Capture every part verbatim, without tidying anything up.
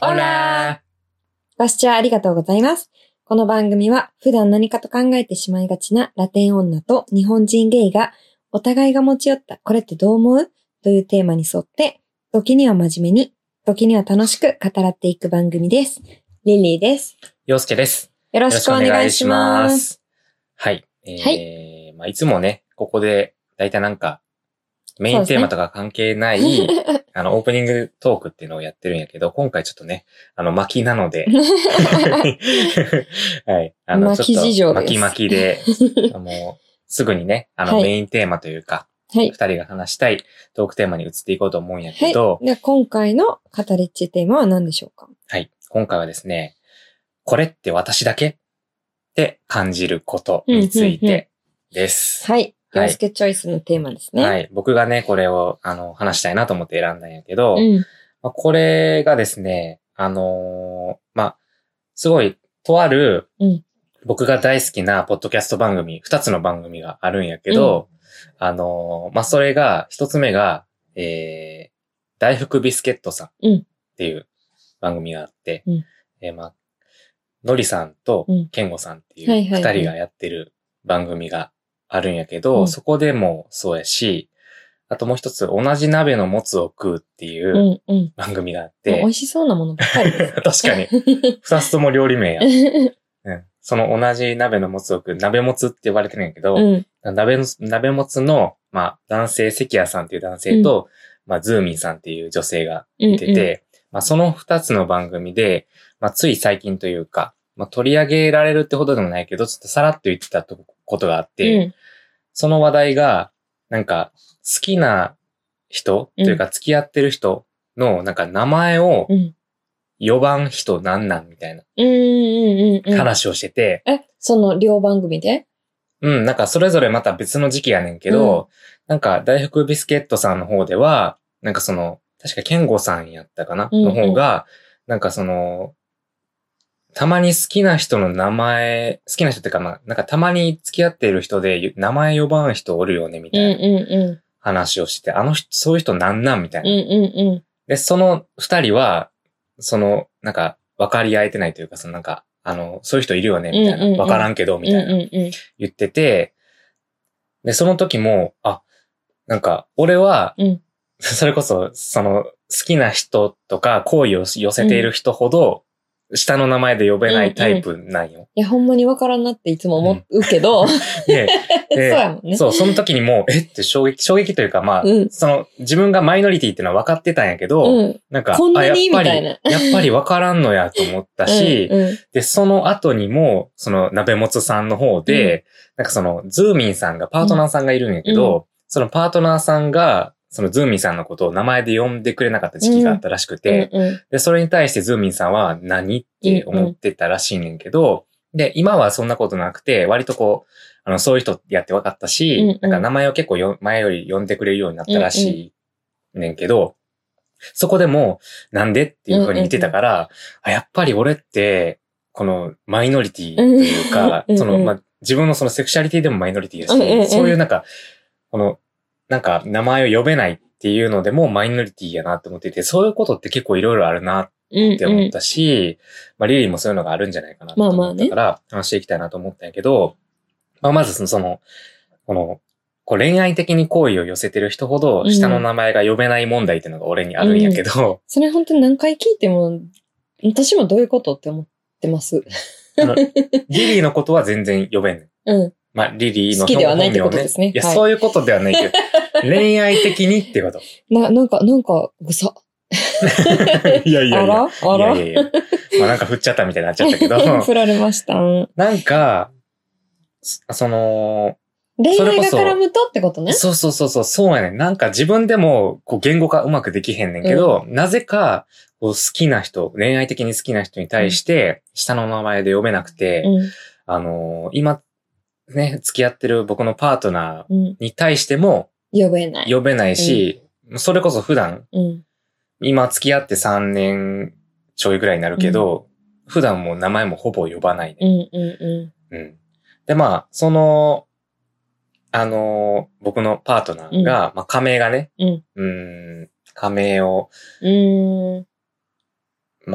オラー。ご視聴ありがとうございます。この番組は普段何かと考えてしまいがちなラテン女と日本人ゲイがお互いが持ち寄ったこれってどう思うというテーマに沿って時には真面目に時には楽しく語らっていく番組です。リリーです。 陽介です。 よろしくお願いします。 はい。えー、はいまあ、いつもね、ここでだいたいなんかメインテーマとか関係ない、ね、あのオープニングトークっていうのをやってるんやけど、今回ちょっとね、あの巻きなので、はい、あのちょっと巻き巻きで、もうすぐにね、あのメインテーマというか、はい、二人が話したいトークテーマに移っていこうと思うんやけど、 はい、で今回の語りっちテーマは何でしょうか？ はい、今回はですね、これって私だけって感じることについてです。 うんうんうん、はい。洋介チョイスのテーマですね。 はい。僕がね、これを、あの、話したいなと思って選んだんやけど、 うんまあ、これがですね、あのー、まあ、すごい、とある、僕が大好きなポッドキャスト番組、二つの番組があるんやけど、うん、あのー、まあ、それが、一つ目が、えー、大福ビスケットさんっていう番組があって、うん、えー、まあ、のりさんとけんごさんっていう二人がやってる番組があるんやけど、うん、そこでもそうやし、あともう一つ、同じ鍋のもつを食うっていう番組があって。 うんうん、美味しそうなものばっかりです。 確かに。二つとも料理名や、うん。その同じ鍋のもつを食う、鍋もつって呼ばれてるんやけど、うん、鍋の、鍋もつの、まあ、男性、関谷さんっていう男性と、うん、まあ、ズーミンさんっていう女性がいてて、うんうん、まあ、その二つの番組で、まあ、つい最近というか、まあ、取り上げられるってほどでもないけど、ちょっとさらっと言ってたことがあって、うん、その話題が、なんか、好きな人、うん、というか付き合ってる人の、なんか名前を呼ばん人なんなんみたいな話をしてて、 うんうんうんうん。え、その両番組で？ うん、なんかそれぞれまた別の時期やねんけど、うん、なんか大福ビスケットさんの方では、なんかその、確かケンゴさんやったかな、うんうん、の方が、なんかその、たまに好きな人の名前、好きな人っていうかまあ、なんかたまに付き合っている人で名前呼ばん人おるよね、みたいな話をして、うんうんうん、あの人、そういう人なんなんみたいな、 うんうんうん。 で、その二人は、その、なんか、分かり合えてないというか、そのなんか、あの、そういう人いるよね、みたいな、うんうんうん、分からんけど、みたいな、言ってて、で、その時も、あ、なんか、俺は、うん、それこそ、その、好きな人とか、好意を寄せている人ほど、下の名前で呼べないタイプなんよ。うんうん、いや、ほんまにわからんなっていつも思うけど。うん、 でそうやもんね。 そう、その時にもう、えって衝撃、衝撃というか、まあ、うん、その、自分がマイノリティっていうのは分かってたんやけど、うん、なんか、 こんなにやっぱり、 みたいなやっぱり分からんのやと思ったし、うんうん、で、その後にも、その、鍋もつさんの方で、うん、なんかその、ズーミンさんが、パートナーさんがいるんやけど、うん、そのパートナーさんが、そのズーミンさんのことを名前で呼んでくれなかった時期があったらしくて、うんうん、で、それに対してズーミンさんは何って思ってたらしいねんけど、うんうん、で、今はそんなことなくて、割とこう、あの、そういう人やって分かったし、うんうん、なんか名前を結構よ前より呼んでくれるようになったらしいねんけど、うんうん、そこでも、なんでっていう風に言ってたから、うんうんうん、あ、やっぱり俺って、このマイノリティというか、うんうん、その、まあ、自分のそのセクシャリティでもマイノリティだし、うんうんうん、そういうなんか、この、なんか名前を呼べないっていうのでもマイノリティやなって思っていて、そういうことって結構いろいろあるなって思ったし、うんうん、まあリリーもそういうのがあるんじゃないかなと思ったから話していきたいなと思ったんやけど、まあまずその、その、この、こう恋愛的に好意を寄せてる人ほど下の名前が呼べない問題っていうのが俺にあるんやけど、うんうん、 それ本当に何回聞いても、私もどういうことって思ってます。 あのリリーのことは全然呼べんねん。 うん。 まあ、リリーの好きではないってことですね。 いや、はい、そういうことではないけど、恋愛的にってこと。 な、なんか、なんか、ぐさ。 いやいやいや。 あらあらいやいやいや。まあなんか振っちゃったみたいになっちゃったけど。 振られました。 なんか、その、 恋愛が絡むとってことね。 そうそうそうそう、そうやねん。なんか自分でもこう言語化うまくできへんねんけど、うん、なぜかこう好きな人、恋愛的に好きな人に対して下の名前で呼べなくて、うん、あのー、今ね、付き合ってる僕のパートナーに対しても、 呼べない。 呼べないし、うん、それこそ普段、 うん、 今付き合ってさんねんちょいぐらいになるけど、うん、普段も名前もほぼ呼ばないね。 うんうんうん。 うん。で、まあ、その、あのー、僕のパートナーが、うん、まあ、仮名がね、うん、うーん仮名を、 うーんまあ、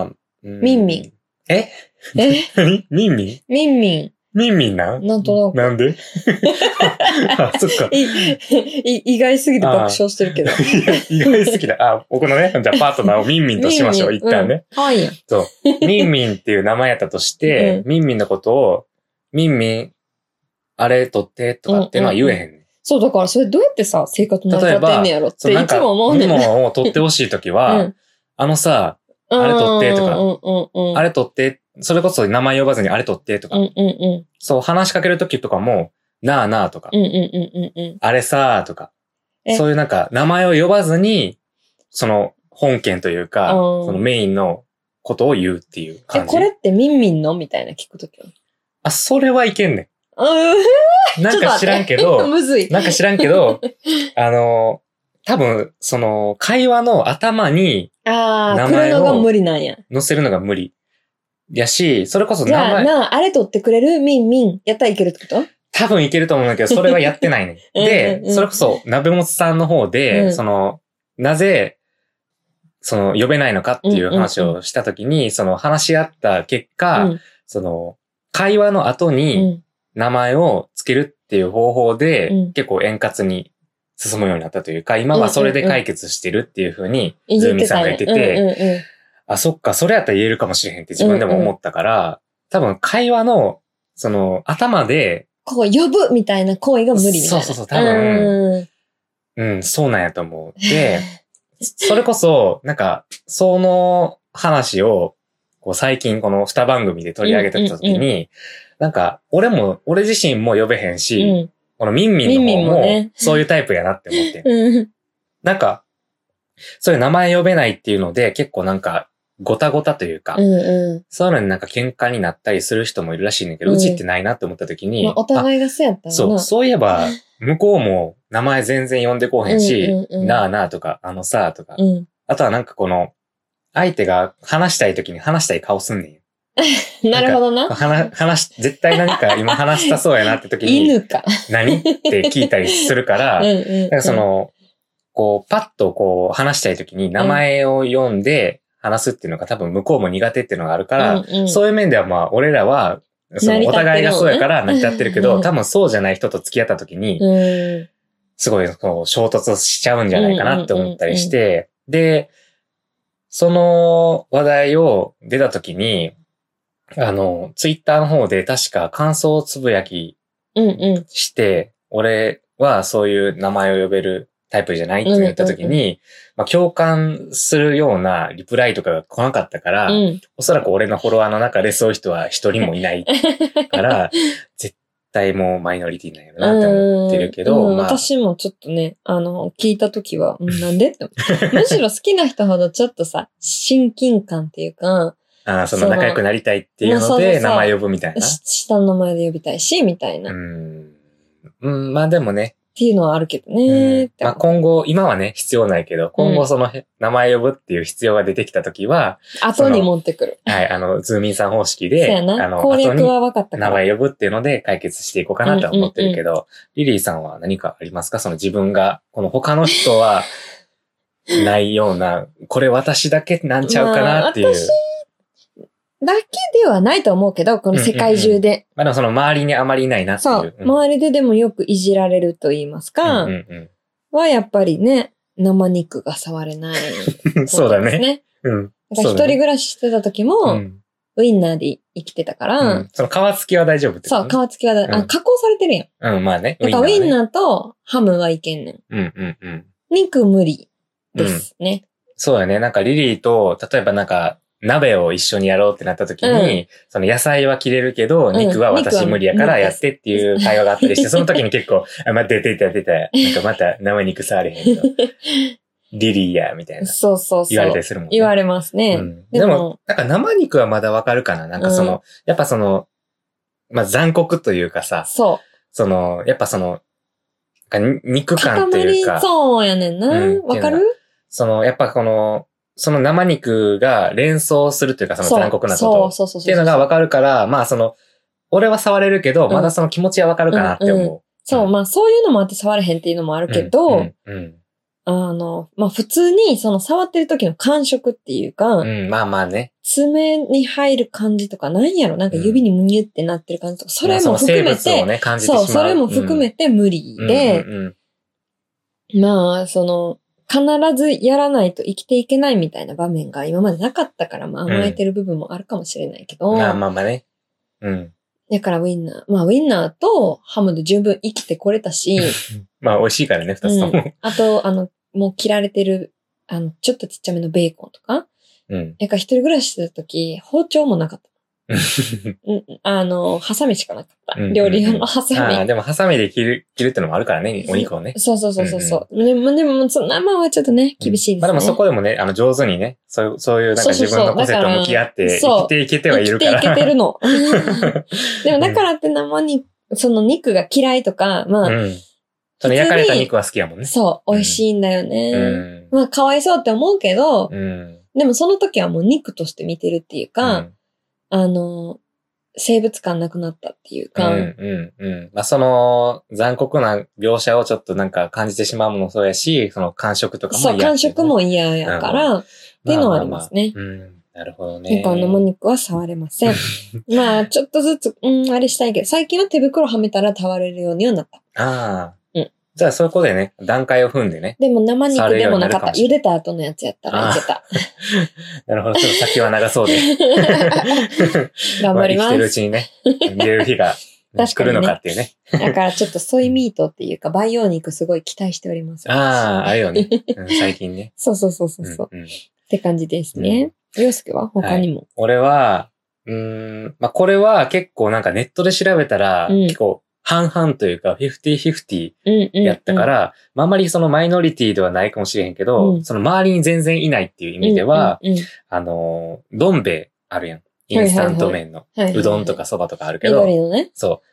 ミンミン。 ええミンミンミンミン。 ミンミンなんなんとなく。 なんであ、そっか。 い、い、意外すぎて爆笑してるけど。 意外すぎだ。あ、僕のね、じゃあパートナーをミンミンとしましょう、一旦ね。 かわいいやん。 そう。ミンミンっていう名前やったとして、うん、ミンミンのことを、ミンミン、あれ取ってとかっていうのは言えへん、ねんうんうんうん。 そう、だからそれどうやってさ、生活成り立ってんねやろっていつも思うねん。 物を取ってほしいときは、うん、あのさ、あれ取ってとか、うんうんうん、あれ取って、それこそ名前呼ばずにあれ取ってとか、うんうんうん、そう話しかけるときとかも、なあなあとか、うんうんうんうん、あれさーとか、そういうなんか名前を呼ばずに、その本件というか、そのメインのことを言うっていう感じ。 え、これってミンミンのみたいな聞くときはあ、それはいけんねん。 なんか知らんけど、 むずい。 なんか知らんけど、あの、多分、その、会話の頭に、名前を載せるのが無理。やし、それこそ名前。 じゃあ、なあ、あれ取ってくれるミンミンやったらいけるってこと？ 多分いけると思うんだけど、それはやってないね。で、うんうん、それこそ、鍋もつさんの方で、うん、その、なぜ、その、呼べないのかっていう話をしたときに、うんうんうん、その、話し合った結果、うん、その、会話の後に、名前をつけるっていう方法で、うん、結構円滑に進むようになったというか、今はそれで解決してるっていうふうに、ズーミさんが言ってて、うんうんうん、あ、そっか、それやったら言えるかもしれへんって自分でも思ったから、うんうん、多分会話の、その、頭で、 こう、呼ぶみたいな行為が無理みたいな。 そうそうそう、多分、うん、うん、そうなんやと思う。で、それこそ、なんか、その話を、こう最近このに番組で取り上げてた時に、うんうんうん、なんか、俺も、俺自身も呼べへんし、うん、このミンミンの方も、そういうタイプやなって思って。うん、なんか、そういう名前呼べないっていうので、結構なんか、ごたごたというか、うんうん、そういうのになんか喧嘩になったりする人もいるらしいんだけど、うん、うちってないなって思った時に、 まあ、お互いがそうやったらな。 そう、そういえば、向こうも名前全然呼んでこうへんし、うんうんうん、なあなあとか、あのさあとか、うん、あとはなんかこの、相手が話したい時に話したい顔すんねんよ。 なるほどな。 な話、話、絶対何か今話したそうやなって時に、 犬か。 何って聞いたりするから、うんうんうん、なんかその、こう、パッとこう話したい時に名前を読んで話すっていうのが多分向こうも苦手っていうのがあるから、うんうん、そういう面ではまあ俺らは、そのお互いがそうやから成り立ってるけど、多分そうじゃない人と付き合った時に、すごいこう衝突しちゃうんじゃないかなって思ったりして、で、その話題を出た時に、あの、ツイッターの方で確か感想つぶやきして、うんうん、俺はそういう名前を呼べるタイプじゃないって言った時に、うんうんうん、まあ、共感するようなリプライとかが来なかったから、うん、おそらく俺のフォロワーの中でそういう人は一人もいないから、絶対もうマイノリティなんやなって思ってるけど、 うんまあ、私もちょっとね、あの、聞いた時は、なんでってむしろ好きな人ほどちょっとさ、親近感っていうか、 ああ、その仲良くなりたいっていうので名前呼ぶみたいな。 下の名前で呼びたいし、みたいな。 うん。うん、まあでもね。 っていうのはあるけどね。 うん、まあ今後、今はね、必要ないけど、今後その、うん、名前呼ぶっていう必要が出てきたときは、 後に持ってくる。 はい、あの、ズーミンさん方式で、 そうやな。 あの、 攻略は分かったから。名前呼ぶっていうので解決していこうかなとは思ってるけど、うんうんうん、リリーさんは何かありますか？その自分が、この他の人はないような、これ私だけなんちゃうかなっていう。まあ、私だけではないと思うけど、この世界中で。うんうんうん、 まあでもその周りにあまりいないなっていう。 そう。うん、周りででもよくいじられると言いますか、うんうんうん、はやっぱりね、生肉が触れない、ね。 そうだね。うん。 一人暮らししてた時も、うん、ウインナーで生きてたから、 うん、その皮付きは大丈夫ってことね。 そう、皮付きは大丈夫。あ、加工されてるやん。うん、まあね。 だからウインナーとハムはいけんねん。 うんうんうん。 肉無理ですね。 うん、そうだね。なんかリリーと、例えばなんか、鍋を一緒にやろうってなった時に、うん、その野菜は切れるけど、肉は私無理やからやってっていう会話があったりして、その時に結構、あ、待って、出た出た、なんかまた生肉触れへんと。リリーや、みたいな。 そうそうそう。 言われたりするもんね。 言われますね。 うん、でも、なんか生肉はまだわかるかな。なんかその、うん、やっぱその、まあ、残酷というかさ、 そう。 その、やっぱその、肉感というか。 そうやねんな。わ、うん、かる？ その、やっぱこの、その生肉が連想するというか、その残酷なことっていうのがわかるから、まあその、俺は触れるけど、まだその気持ちはわかるかなって思う。うんうんうん、 そう、まあそういうのもあって触れへんっていうのもあるけど、うんうんうん、 あの、まあ、普通にその触ってる時の感触っていうか、 うん、まあまあね。 爪に入る感じとか、なんやろ、なんか指にムニュってなってる感じとか、それも含めて、 生物をね、感じてしまう。 そう、それも含めて無理で、 うんうんうんまあ、その、必ずやらないと生きていけないみたいな場面が今までなかったから、まあ甘えてる部分もあるかもしれないけど。 うん、まあまあまあね。うん。 だからウィンナー。まあウィンナーとハムで十分生きてこれたし。 まあ美味しいからね、二つとも、うん。 あと、あの、もう切られてる、あの、ちょっとちっちゃめのベーコンとか。うん。やから一人暮らししてた時、包丁もなかった。うん、あの、ハサミしかなかった。うんうんうん、料理用のハサミ。 ああ、でもハサミで切る、切るってのもあるからね、お肉をね。 そうそうそうそうそう、うんうん。でも、でも、その生はちょっとね、厳しいですね。 まあでもそこでもね、あの、上手にね、そういう、そういうなんか自分の個性と向き合って、生きていけてはいるから。 生きていけてるの。でもだからって生に、その肉が嫌いとか、まあ、うん、 その焼かれた肉は好きやもんね。 そう、美味しいんだよね。うん、まあ、かわいそうって思うけど、うん、でもその時はもう肉として見てるっていうか、うん、あの、生物感なくなったっていうか。 うんうんうん。まあその残酷な描写をちょっとなんか感じてしまうものもそうやし、その感触とかも嫌、 ね。そう、感触も嫌やから、うん、っていうのはありますね。 まあまあまあ、うん。なるほどね。 なんか生肉は触れません。まあちょっとずつ、うん、あれしたいけど、最近は手袋はめたら触れるようにはなった。 ああ。うん。じゃあそういうことでね、段階を踏んでね。 でも生肉でもなかった。茹でた後のやつやったらいけた。 なるほど。ちょっと先は長そうで。 頑張ります。 まあ、生きてるうちにね、見れる日が来るのかっていうね。 だからちょっとソイミートっていうか、培養肉すごい期待しております。 ああ、あるよね。うん、最近ね。 そうそうそうそう、うんうん。って感じですね。洋介は他にも、はい、 俺は、うーん、まあ、これは結構なんかネットで調べたら、うん、結構、半々というか、フィフティフィフティやったから、うんうんうん、まあ、あまりそのマイノリティではないかもしれへんけど、うん、その周りに全然いないっていう意味では、うんうんうん、あの、どん兵衛あるやん。インスタント麺の。はいはいはい、うどんとかそばとかあるけど。 緑のね。 そう。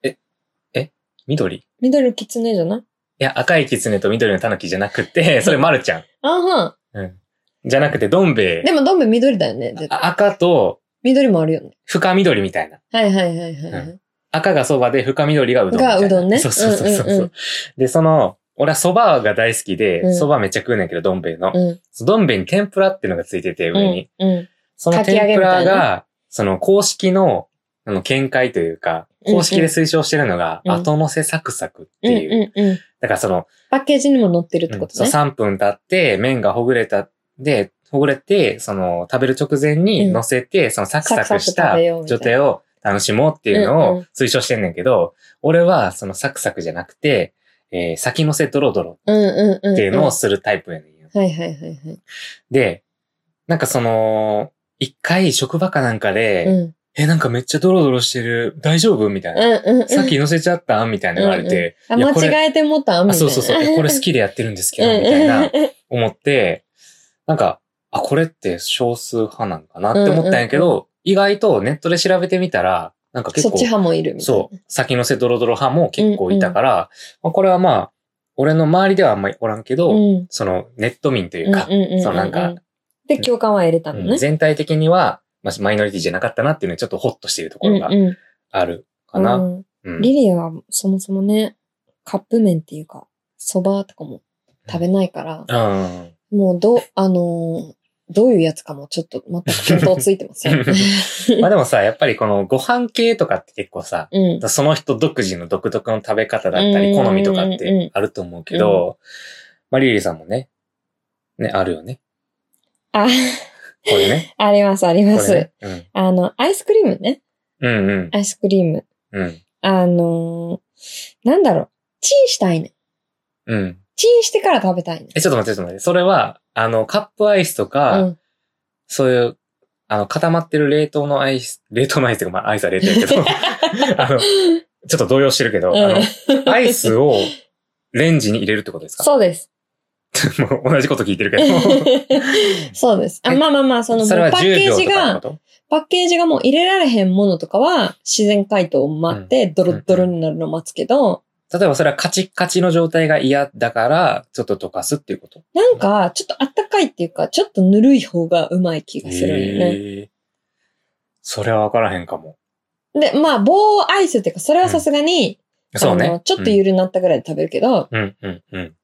え、え緑緑のキツネじゃない？いや、赤いキツネと緑のタヌキじゃなくて、それマルちゃん。 あはん。うん。じゃなくて、どん兵衛。 でもどん兵衛緑だよね。 赤と、 緑もあるよね。 深緑みたいな。 はいはいはいはい、はい。うん赤が蕎麦で深緑がうどんみたいな。 がうどんね。 そうそうそうそう。うんうんうん、で、その、俺は蕎麦が大好きで、蕎麦めっちゃ食うねんけど、どん兵衛の。うん、どん兵衛に天ぷらっていうのがついてて、上に。うんうん、その天ぷらが、その公式の、あの、見解というか、公式で推奨してるのが、うんうん、後乗せサクサクっていう。うんうんうん、だからその、 パッケージにも載ってるってことね。 うん、そう、さんぷん経って、麺がほぐれた、で、ほぐれて、その、食べる直前に乗せて、うん、そのサクサクした状態を、楽しもうっていうのを推奨してんねんけど、うんうん、俺はそのサクサクじゃなくて、えー、先乗せドロドロっていうのをするタイプやねんよ。 はいはいはいはい。 で、なんかその、一回職場かなんかで、うん、え、なんかめっちゃドロドロしてる、大丈夫みたいな。うんうんうん、さっき乗せちゃったみたいな言われて。 うんうん、あ、間違えてもったんみたいな。 そうそうそう。これ好きでやってるんですけど、みたいな、思って、なんか、あ、これって少数派なんかなって思ったんやけど、うんうんうん、意外とネットで調べてみたら、なんか結構。 そっち派もいるみたいな。 そう。先乗せドロドロ派も結構いたから、うんうんまあ、これはまあ、俺の周りではあんまりおらんけど、うん、そのネット民というか、うんうんうんうん、そのなんか。 で、共感は得れたのね、 うん。全体的には、まあ、マイノリティじゃなかったなっていうのにちょっとホッとしているところがあるかな。うんうんうん、リリアはそもそもね、カップ麺っていうか、蕎麦とかも食べないから、うん、もうど、あのー、どういうやつかもちょっと全く見当ついてません。 まあでもさ、やっぱりこのご飯系とかって結構さ、うん、その人独自の独特の食べ方だったり、好みとかってあると思うけど、うん、まあリリーさんもね、ね、あるよね。 あ、 これね。 あります、あります、ねうん。あの、アイスクリームね。 うんうん。 アイスクリーム。 うん。 あのー、なんだろう、チンしたいね。 うん。 チンしてから食べたいね。 え、ちょっと待って、ちょっと待って。それは、あの、カップアイスとか、うん、そういう、あの、固まってる冷凍のアイス、冷凍のアイスとか、まあ、アイスは冷凍やけど、あの、ちょっと動揺してるけど、うん、あの、アイスをレンジに入れるってことですか？ そうです。 もう同じこと聞いてるけど。 そうです。あまあまあまあ、その、それはパッケージが、パッケージがもう入れられへんものとかは、自然解凍を待って、ドロッドロになるのを待つけど、うんうん例えばそれはカチッカチの状態が嫌だから、ちょっと溶かすっていうことなんか、ちょっとあったかいっていうか、ちょっとぬるい方がうまい気がするよね。 へーそれはわからへんかも。 で、まあ、棒アイスっていうか、それはさすがに、 うん、そうね。 ちょっとゆるになったぐらいで食べるけど、 うん、うん、うん。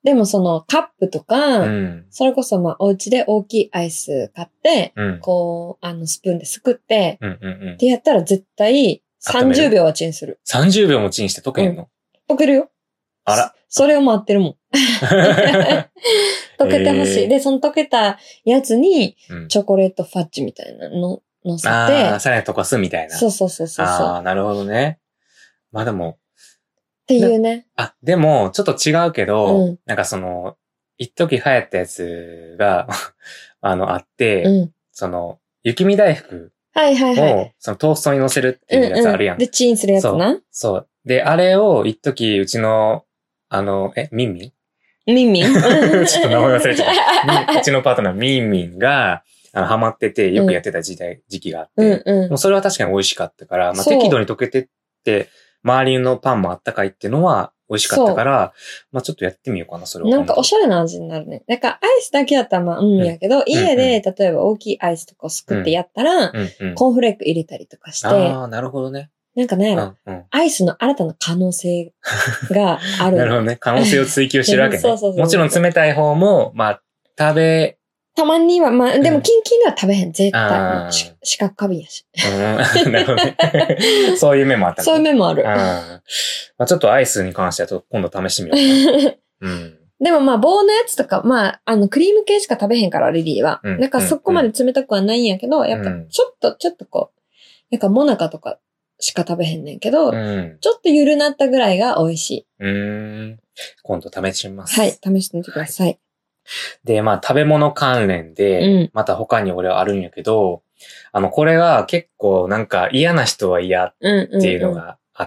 でもそのカップとか、 うん、 それこそまあお家で大きいアイス買って、うん、こう、あのスプーンですくって、うんうんうん、ってやったら絶対さんじゅうびょうはチンする。 さんじゅうびょうもチンして溶けんの、 うん、溶けるよ。 あら。 それを待ってるもん。溶けてほしい、えー。で、その溶けたやつに、チョコレートファッジみたいなの乗せて。 ああ、さらに溶かすみたいな。 そうそうそうそう。 ああ、なるほどね。まあでも。 っていうね。 あ、でも、ちょっと違うけど、うん、なんかその、一時流行ったやつが、あの、あって、うん、その、雪見大福はいはいはい。 を、そのトーストに乗せるっていうやつあるやん。 うんうん、で、チンするやつな。 そう。そう。で、あれを一時うちの、あの、え、ミンミンミンミンちょっと名前忘れちゃった。うちのパートナーミンミンが、あの、ハマってて、よくやってた時代、うん、時期があって、うんうん、もうそれは確かに美味しかったから、まあ、適度に溶けてって、周りのパンもあったかいっていうのは美味しかったから、まあちょっとやってみようかな、それを。 なんかおしゃれな味になるね。だからアイスだけやったらまあ、うんやけど、うん、家で、例えば大きいアイスとかをすくってやったら、うんうん、コーンフレーク入れたりとかして。 ああ、なるほどね。 なんかなんやろ、うんうん、アイスの新たな可能性がある。 なるほどね。可能性を追求してるわけね。そうそうそう。もちろん冷たい方も、まあ、食べ、 たまには、まあ、でもキンキンでは食べへん、絶対。四角過敏やし。 うん、なるほどね。そういう面もあった、ね、 そういう面もある。うん、 まあ、ちょっとアイスに関してはちょっと今度試してみようかな。うん、 でもまあ棒のやつとか、まあ、あのクリーム系しか食べへんから、リリーは。うん、なんかそこまで冷たくはないんやけど、うん、やっぱちょっと、ちょっとこう、なんかモナカとかしか食べへんねんけど、うん、ちょっとゆるなったぐらいが美味しい。 うーん。今度試してみます。 はい、試してみてください。 で、まあ食べ物関連で、また他に俺はあるんやけど、うん、あの、これが結構なんか嫌な人は嫌っていうのがあって、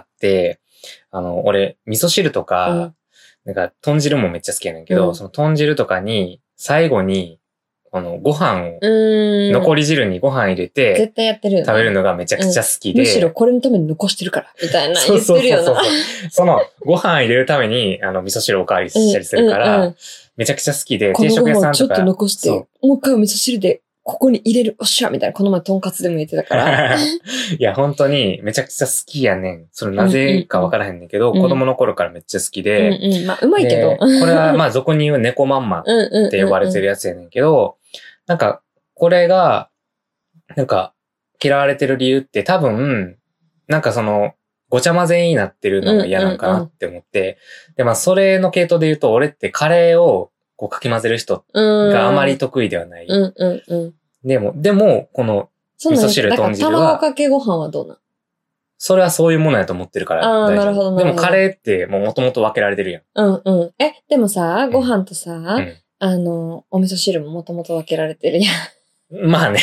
うんうんうん、あの、俺、味噌汁とか、うん、なんか豚汁もめっちゃ好きやねんけど、うん、その豚汁とかに最後に、このご飯を、残り汁にご飯入れて、 絶対やってるよ、ね、 食べるのがめちゃくちゃ好きで、 うん。むしろこれのために残してるから、みたいな言ってるよな。そうそうそうそう。 その、ご飯入れるために、あの、味噌汁おかわりしたりするから、うんうんうん、めちゃくちゃ好きで、定食屋さんとか。 ちょっと残して、もう一回お味噌汁で、ここに入れる、おっしゃみたいな、この前トンカツでも言ってたから。 いや、本当にめちゃくちゃ好きやねん。それなぜかわからへんねんけど、うんうんうん、子供の頃からめっちゃ好きで。 うんうん、まあ、うまいけど。 これは、まあ、俗に言う猫まんまって呼ばれてるやつやねんけど、うんうんうんうん、なんか、これが、なんか、嫌われてる理由って多分、なんかその、ごちゃ混ぜになってるのが嫌なんかなって思って、うんうんうん、で、まあ、それの系統で言うと、俺ってカレーをこうかき混ぜる人があまり得意ではない。 うんうんうん、 でも、でも、この、味噌汁豚汁は。 卵かけご飯はどうなん？ それはそういうものやと思ってるから大丈夫。 ああ、なるほどなるほど。 でもカレーってもう元々分けられてるやん。 うんうん。え、でもさ、ご飯とさ、うん、あの、お味噌汁も元々分けられてるやん。 まあね。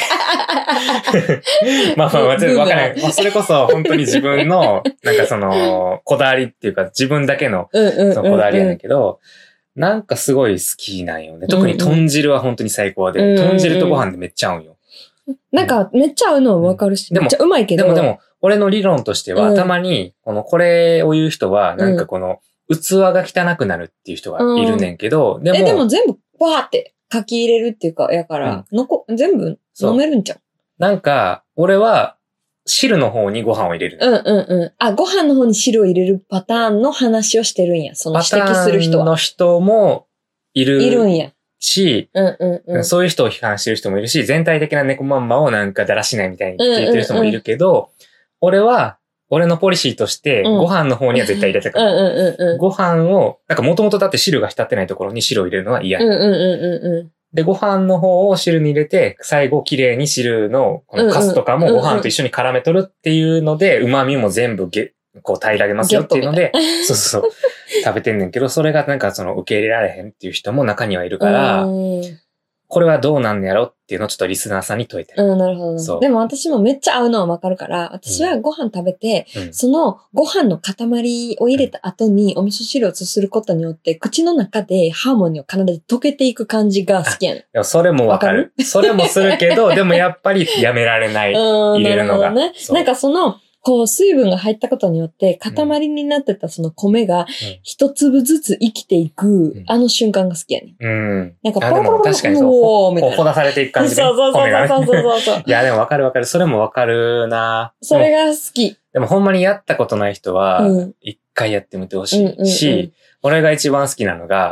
まあまあまあ、ちょっとわからない。まあ、それこそ本当に自分の、なんかその、こだわりっていうか自分だけの、そのこだわりやねんけど、なんかすごい好きなんよね。特に豚汁は本当に最高で、うんうん、豚汁とご飯でめっちゃ合うんよ。 なんかめっちゃ合うのはわかるし、うん、めっちゃうまいけど。 でもでも、俺の理論としては、うん、たまに、この、これを言う人は、なんかこの、器が汚くなるっていう人がいるねんけど、 うん、でも。え、でも全部、バーって書き入れるっていうか、やから、うん、のこ、全部飲めるんちゃう？ なんか、俺は、汁の方にご飯を入れる。 うんうんうん。あ、ご飯の方に汁を入れるパターンの話をしてるんや。その指摘する人は。 パターンの人もいる。 いるんや。 し、 うんうんうん、 そういう人を批判してる人もいるし、全体的な猫まんまをなんかだらしないみたいに言ってる人もいるけど、うんうんうん、俺は、俺のポリシーとして、ご飯の方には絶対入れたくない。うんうんうんうん、ご飯を、なんかもともとだって汁が浸ってないところに汁を入れるのは嫌。 うんうんうんうん、 で、ご飯の方を汁に入れて、最後綺麗に汁のこのカスとかもご飯と一緒に絡め取るっていうので、旨味も全部げこう平らげますよっていうので、そうそうそう、食べてんねんけど、それがなんかその受け入れられへんっていう人も中にはいるから、これはどうなんやろっていうのをちょっとリスナーさんに問いてる。 うん、なるほど。そう。でも私もめっちゃ合うのはわかるから、私はご飯食べて、うん、そのご飯の塊を入れた後にお味噌汁をすすることによって、口の中でハーモニーを必ず溶けていく感じが好きやねん。 でもそれもわかる。かるそれもするけど、でもやっぱりやめられない。入れるのが。 ね、なんかその、こう、水分が入ったことによって、塊になってたその米が、一粒ずつ生きていく、うん、あの瞬間が好きやね。 うん。 なんか、 ポロポロポロ確かにそう。こう、ほだされていく感じで。 そうそうそうそうそうそう。 いや、でもわかるわかる。それもわかるな。 それが好き。 でもほんまにやったことない人は、一回やってみてほしいし、俺が一番好きなのが、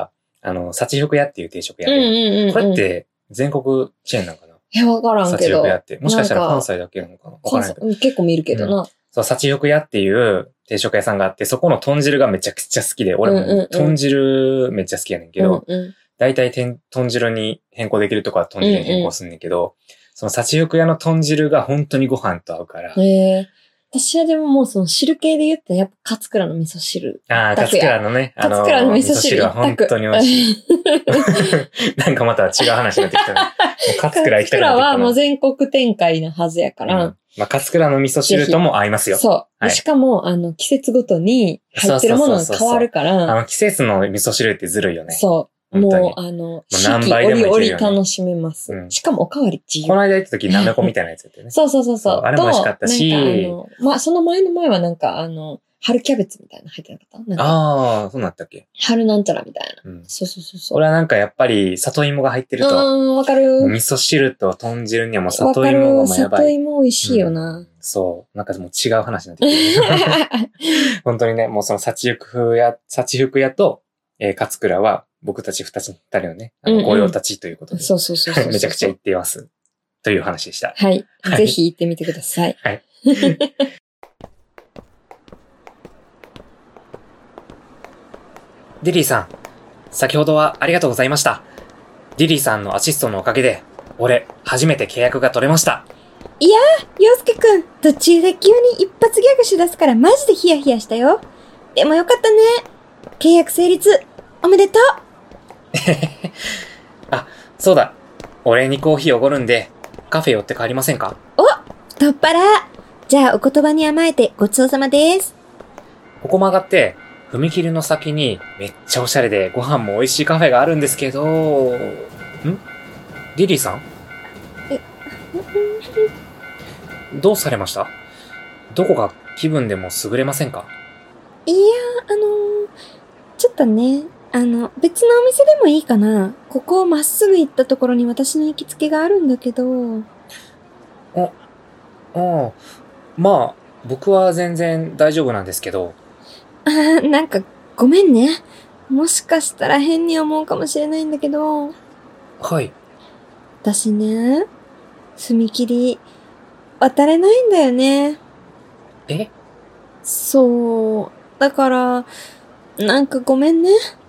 あの、幸福屋っていう定食屋で、 うんうんうんうん、 これって全国チェーンなんかな？ いや、わからんけど。 幸福屋って。もしかしたら関西だけなのかな？わからないけど。 結構見るけどな。うん、 そう、幸福屋っていう定食屋さんがあって、そこの豚汁がめちゃくちゃ好きで、俺も豚汁めっちゃ好きやねんけど、 うんうん、 だいたい豚汁に変更できるとこは豚汁に変更すんねんけど、うんうん、その幸福屋の豚汁が本当にご飯と合うから。 へー。私はでももうその汁系で言ったらやっぱ勝倉の味噌汁。 ああ、勝倉のね。あの、 勝倉の味噌汁は本当に美味しい。なんかまた違う話になってきたね。もう勝倉行きたくなってきたな。勝倉はもう全国展開なはずやから。うん、 まあ、勝倉の味噌汁とも合いますよ。 そう。はい、しかも、あの、季節ごとに入ってるものが変わるから。そうそうそうそう、 あの、季節の味噌汁ってずるいよね。 そう。もう、あの、何倍でもいけるよね。折々楽しめます、うん。しかもおかわり自由。 この間行った時、なめこみたいなやつやったよね。 そうそうそうそう。 あれも美味しかったし。 なんかあの、まあ、その前の前はなんか、あの、春キャベツみたいなの入ってなかったなんかああ、そうなったっけ？ 春なんちゃらみたいな。うん、そうそうそうそう。 俺はなんかやっぱり、里芋が入ってると。 うん、わかる。 味噌汁と豚汁にはもう里芋がもうやばい。 里芋美味しいよな、うん。 そう。なんかもう違う話になってくる。本当にね、もうその幸福屋、幸福屋と、えー、勝倉は、僕たち二人のね、あの、御用達ということで、うんうん、 そうそうそうそうめちゃくちゃ行っています。という話でした。 はい。はい、ぜひ行ってみてください。 はい。ディリーさん、先ほどはありがとうございました。ディリーさんのアシストのおかげで、俺、初めて契約が取れました。 いやー、洋介くん、途中で急に一発ギャグしだすからマジでヒヤヒヤしたよ。でもよかったね。契約成立、おめでとう。 あ、そうだ。お礼にコーヒーおごるんで、カフェ寄って帰りませんか？ お、太っ腹。じゃあお言葉に甘えてごちそうさまです。 ここ曲がって、踏切の先にめっちゃおしゃれでご飯も美味しいカフェがあるんですけど、ん？リリーさん？ え、 どうされました？どこか気分でも優れませんか？ いや、あのー、ちょっとね、あの、別のお店でもいいかな。ここをまっすぐ行ったところに私の行きつけがあるんだけど。 あ、ああ、まあ、僕は全然大丈夫なんですけど。 あー、なんか、ごめんね。もしかしたら変に思うかもしれないんだけど。 はい。 私ね、踏切、渡れないんだよね。 え？ そう。だから、なんかごめんね。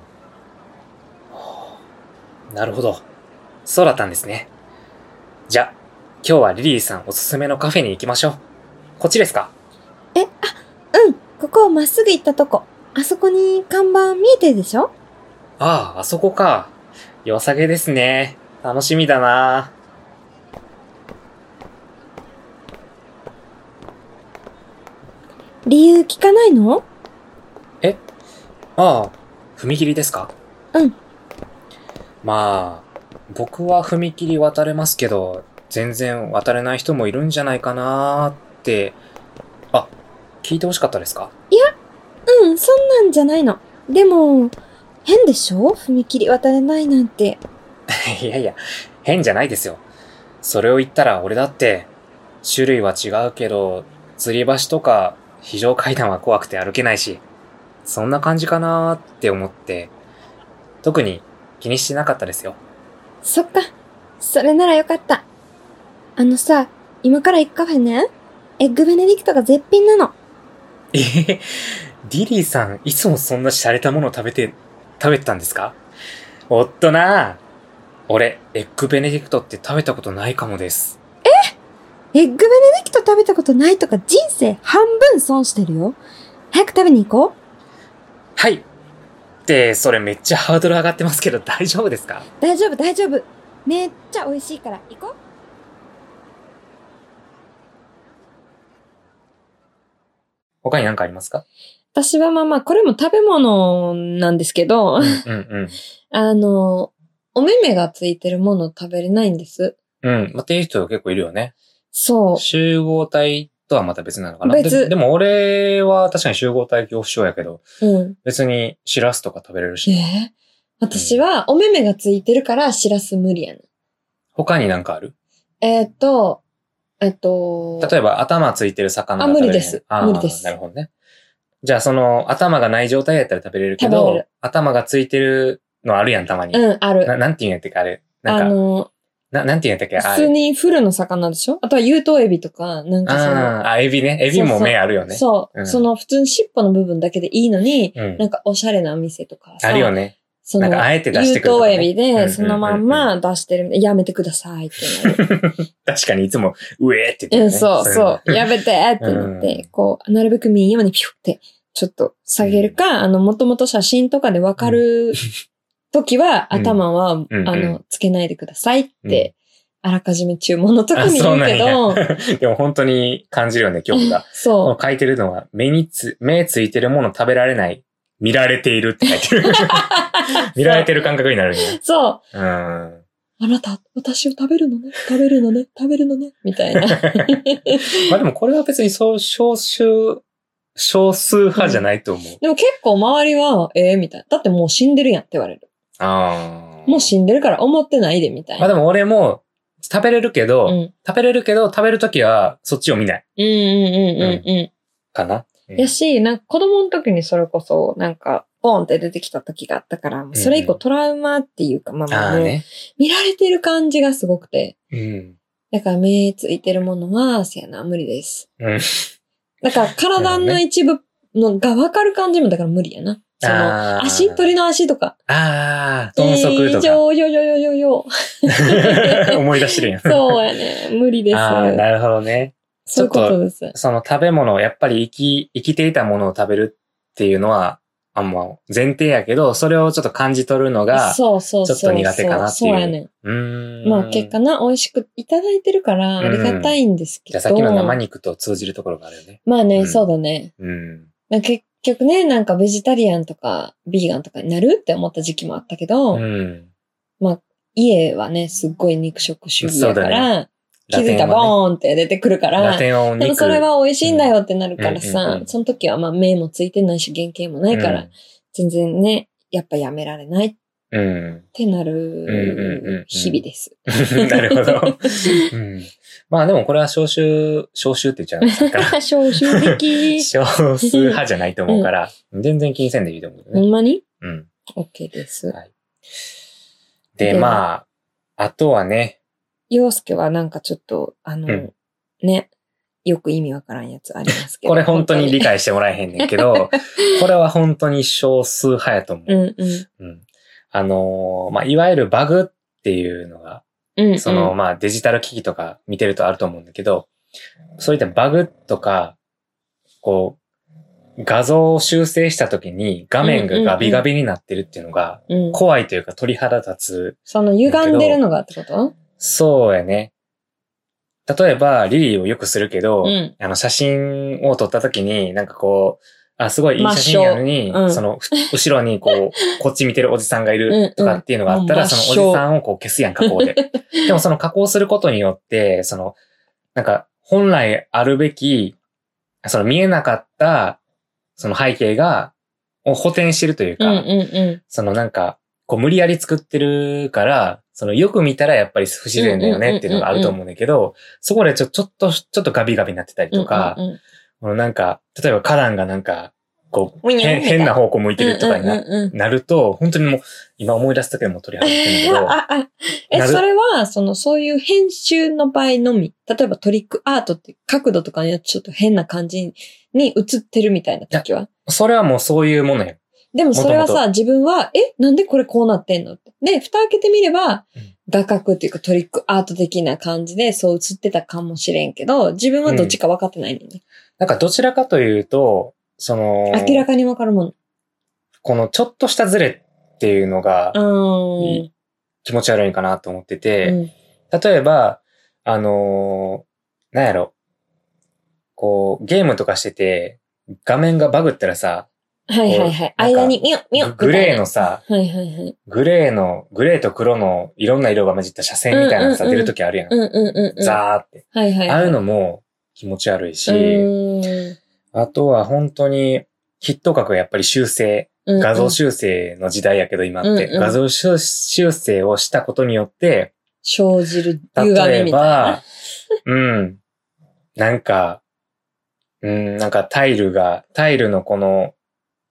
なるほど。そうだったんですね。じゃ、今日はリリーさんおすすめのカフェに行きましょう。こっちですか？ え、あ、うん。ここをまっすぐ行ったとこ。あそこに看板見えてるでしょ？ ああ、あそこか。良さげですね。楽しみだな。 理由聞かないの？ え？ああ、踏切ですか？ うん。 まあ、僕は踏切渡れますけど、全然渡れない人もいるんじゃないかなーって、あ、聞いてほしかったですか？ いや、うん、そんなんじゃないの。でも、変でしょ？踏切渡れないなんて。 いやいや、変じゃないですよ。それを言ったら俺だって、種類は違うけど、吊り橋とか非常階段は怖くて歩けないし、そんな感じかなーって思って、特に気にしてなかったですよ。 そっか。それならよかった。あのさ、今から行くカフェね。エッグベネディクトが絶品なの。 えへへ、ディリーさん、いつもそんな洒落たものを食べて、食べてたんですか？おっとなー。俺、エッグベネディクトって食べたことないかもです。 え？エッグベネディクト食べたことないとか人生半分損してるよ。早く食べに行こう。 はい。って、それめっちゃハードル上がってますけど大丈夫ですか？ 大丈夫、大丈夫。めっちゃ美味しいから行こう。 他に何かありますか？ 私はまあまあ、これも食べ物なんですけど、 うんうんうん、 あの、お目目がついてるもの食べれないんです。 うん。まあ、っていう人結構いるよね。 そう。 集合体とはまた別なのかな。 別。 で、でも俺は確かに集合体恐怖症やけど、 うん。 別にシラスとか食べれるし。 えー、私はお目目がついてるからシラス無理やねん。 他に何かある？ えー、っと、えっと、 例えば頭ついてる魚が食べれる。あ、無理です。無理です。 なるほどね。じゃあその頭がない状態やったら食べれるけど、頭がついてるのあるやん、たまに。 うん、ある。 ななんて言うんやったっけ、あれ。なんか、 あの、 ななんて言うんやったっけ、あれ。 普通にフルの魚でしょあとは有頭エビとか、なんかその。 ああ、エビね。エビも目あるよね。 そう。 うん、 その普通に尻尾の部分だけでいいのに、 うん、 なんかおしゃれなお店とかさ。 あるよね。 その、 なんかあえて出してくるとか、ね。 有頭エビで、そのまんま出してる、やめてくださいってなる。 確かにいつも、うえーって言ってる、ね。 うん、そうそう。やめてってなって、うん、こう、なるべく見えんようにピュって、ちょっと下げるか、うん、あの、もともと写真とかでわかる時は、うん、頭は、うん、あの、つけないでくださいって、うん、あらかじめ注文の時に言うけど。 でも本当に感じるよね、今日が。 そう。 この書いてるのは、目につ、目ついてるもの食べられない。見られているって書いてる。見られてる感覚になるね。 そう。 うん。あなた、私を食べるのね、食べるのね、食べるのね、みたいな。 まあでもこれは別にそう、少数、少数派じゃないと思う。うん、 でも結構周りは、ええー、みたいな。だってもう死んでるやんって言われる。 ああ。 もう死んでるから思ってないで、みたいな。 まあでも俺も、食べれるけど、うん、食べれるけど、食べるときはそっちを見ない。 うんうんうんうんうん。 かな。 やし、なんか子供の時にそれこそ、なんか、ポンって出てきた時があったから、それ以降トラウマっていうか、まあまあもう、見られてる感じがすごくて。 うん、 だから目ついてるものは、せやな、無理です。 うん、 だから体の一部のが分かる感じもだから無理やな。その、足、鳥の足とか。 ああ、豚足とか。 えー、よよよよよよ。 思い出してるやん。 そうやね。無理です。 ああ、なるほどね。 そういうことです。 その食べ物、やっぱり生き、生きていたものを食べるっていうのは、あんま前提やけど、それをちょっと感じ取るのが、 そうそうそう。 ちょっと苦手かなっていう。 そうやねん。 うーん。 まあ結果な、美味しくいただいてるからありがたいんですけど。 じゃあさっきの生肉と通じるところがあるよね。 まあね、うん、そうだね。 うん。 結局ね、なんかベジタリアンとかビーガンとかになるって思った時期もあったけど、 うん、 まあ家はね、すっごい肉食主義だから、ね、気づいたらボーンって出てくるから、 ラテンはでもそれは美味しいんだよってなるからさ、うんうんうん、その時はまあ目もついてないし原型もないから、うん、全然ね、やっぱやめられないってなる日々です。 なるほど、うん。まあでもこれは少数、少数って言っちゃうんですから。 少数的。 少数派じゃないと思うから、うん、全然気にせんでいいと思う、ね。 ほんまに？ うん。 OK です。 はい、で、でまあ、あとはね。 陽介はなんかちょっと、あの、うん、ね、よく意味わからんやつありますけど。 これ本当に理解してもらえへんねんけど、これは本当に少数派やと思う。 うんうんうん、あのー、まあ、いわゆるバグっていうのが、 うんうん、 その、まあ、デジタル機器とか見てるとあると思うんだけど、そういったバグとか、こう、画像を修正した時に画面がガビガビになってるっていうのが、怖いというか鳥肌立つ。 その歪んでるのがってこと？ そうやね。例えば、リリーをよくするけど、 うん、 あの、写真を撮った時に、なんかこう、あ、すごいいい写真やのに、うん、その、後ろにこう、こっち見てるおじさんがいるとかっていうのがあったら、うんうん、そのおじさんをこう消すやん、加工で。でもその加工することによって、その、なんか、本来あるべき、その見えなかった、その背景が、を補填してるというか、 うんうんうん、 そのなんか、こう無理やり作ってるから、そのよく見たらやっぱり不自然だよねっていうのがあると思うんだけど、そこでちょ、ちょっと、ちょっとガビガビになってたりとか、 うんうんうん、なんか、例えば花壇がなんか、こう、変、変な方向向いてるとかに な,、 うんうんうん、 なると、本当にもう、今思い出すだけでも鳥肌立ってるんだけど。 ああえ、それは、その、そういう編集の場合のみ、例えばトリックアートって角度とかによってちょっと変な感じに映ってるみたいな時は？ それはもうそういうものや。 でもそれはさ、自分は、え、なんでこれこうなってんのって。で、蓋開けてみれば、うん、画角っていうかトリックアート的な感じでそう映ってたかもしれんけど、自分はどっちか分かってないねんね、うん。 なんかどちらかというと、その、 明らかに分かるもの。 このちょっとしたズレっていうのが、気持ち悪いかなと思ってて、うん、例えば、あのー、なんやろ、こう、ゲームとかしてて、画面がバグったらさ、 はいはいはい。間にミュッミュッグレーのさ、 はいはいはい。 グレーの、グレーと黒のいろんな色が混じった斜線みたいなのさ、うんうんうん、出るときあるやん。 うんうんうんうん、 ザーって。 はいはいはい。 ああいうのも気持ち悪いし、あとは本当にヒット格はやっぱり修正、うんうん、画像修正の時代やけど今って、うんうん、画像修正をしたことによって、 生じる歪みみたいな。 例えば、うん、なんか、うん、なんかタイルが、タイルのこの、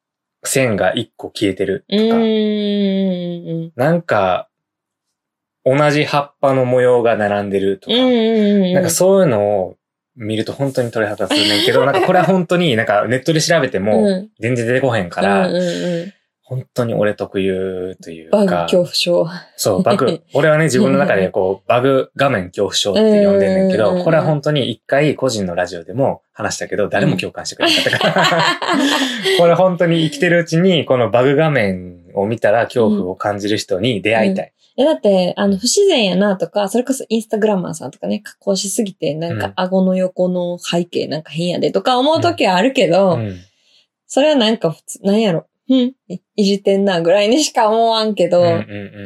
線が一個消えてるとうか、 ーん。 なんか、同じ葉っぱの模様が並んでるとか、 うんうんうん。 なんかそういうのを見ると本当に鳥肌するねんけど、なんかこれは本当になんかネットで調べても全然出てこへんから、 うんうんうん、 本当に俺特有というか。 バグ恐怖症。 そう、バグ。俺はね、自分の中でこう、バグ画面恐怖症って呼んでんねんけど、これは本当に一回個人のラジオでも話したけど、誰も共感してくれなかったから。これ本当に生きてるうちに、このバグ画面を見たら恐怖を感じる人に出会いたい。 うん、え、だって、あの、不自然やなとか、それこそインスタグラマーさんとかね、加工しすぎて、なんか顎の横の背景なんか変やでとか思うときはあるけど、うんうん、それはなんか普通、なんやろ。うん、いじってんなぐらいにしか思わんけど、うんうんうん、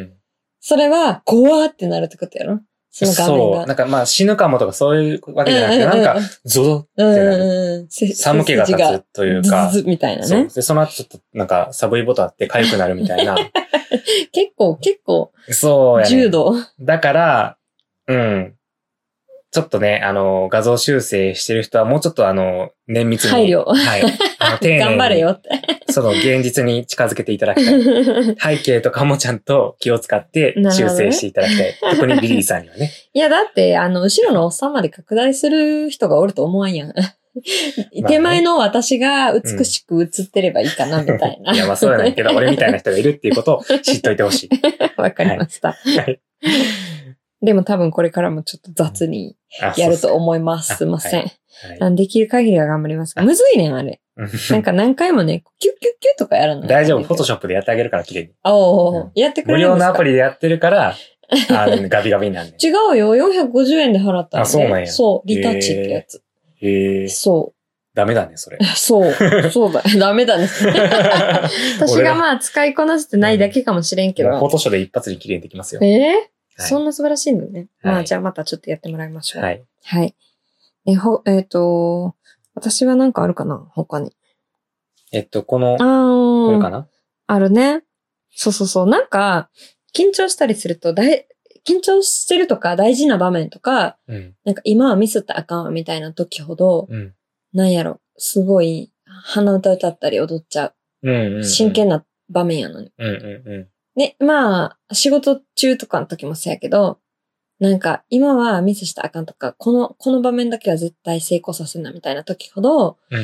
それは怖ってなるってことやろ、その画面が。 そう。なんかまあ死ぬかもとかそういうわけじゃなくて、うんうんうん、なんかゾドってなる、うんうん、寒気が立つというか、 ズズみたいなね。 そう。で、その後ちょっとなんかサブイボとあって痒くなるみたいな。 結構、結構。 そうやね。 重度。 だから、うん。ちょっとね、あの、画像修正してる人はもうちょっとあの、綿密に。 配慮。 はい。あの、丁寧に。 頑張れよって。 その現実に近づけていただきたい。背景とかもちゃんと気を使って修正していただきたい。ね、特にリリーさんにはね。 いや、だって、あの、後ろのおっさんまで拡大する人がおると思わんやん。手前の私が美しく映ってればいいかな、みたいな。 うん、いや、まあそうやないけど、俺みたいな人がいるっていうことを知っといてほしい。 わかりました。はい。でも多分これからもちょっと雑にやると思います。すいません。はい、できる限りは頑張りますが。むずいねん、あれ。なんか何回もね、キュッキュッキュッとかやらない。 大丈夫、フォトショップでやってあげるから、綺麗に。 おー、うん、やってくれるんですか？ 無料のアプリでやってるから、あガビガビになるね。 違うよ、よんひゃくごじゅうえんで払ったの、ね。 あ、そうなんや。 そう、リタッチってやつ。 へえ。 そう。 ダメだね、それ。 そう。そうだ。ダメだね。私がまあ使いこなしてないだけかもしれんけど。 フォトショーで一発に綺麗にできますよ。 えーはい、 そんな素晴らしいのね。はい、まあじゃあまたちょっとやってもらいましょう。 はい。 はい。え、ほ、えっ、ー、と、私はなんかあるかな他に。 えっと、この、 あこれかなあるね。そうそうそう。なんか、緊張したりすると、だい、緊張してるとか大事な場面とか、うん、なんか今はミスったらあかんわみたいな時ほど、うん、なんやろ、すごい鼻歌歌ったり踊っちゃう。うんうんうん、真剣な場面やのに。うんうんうん、ね、まあ、仕事中とかの時もそうやけど、なんか今はミスしたらあかんとか、この、この場面だけは絶対成功させなみたいな時ほど、うん、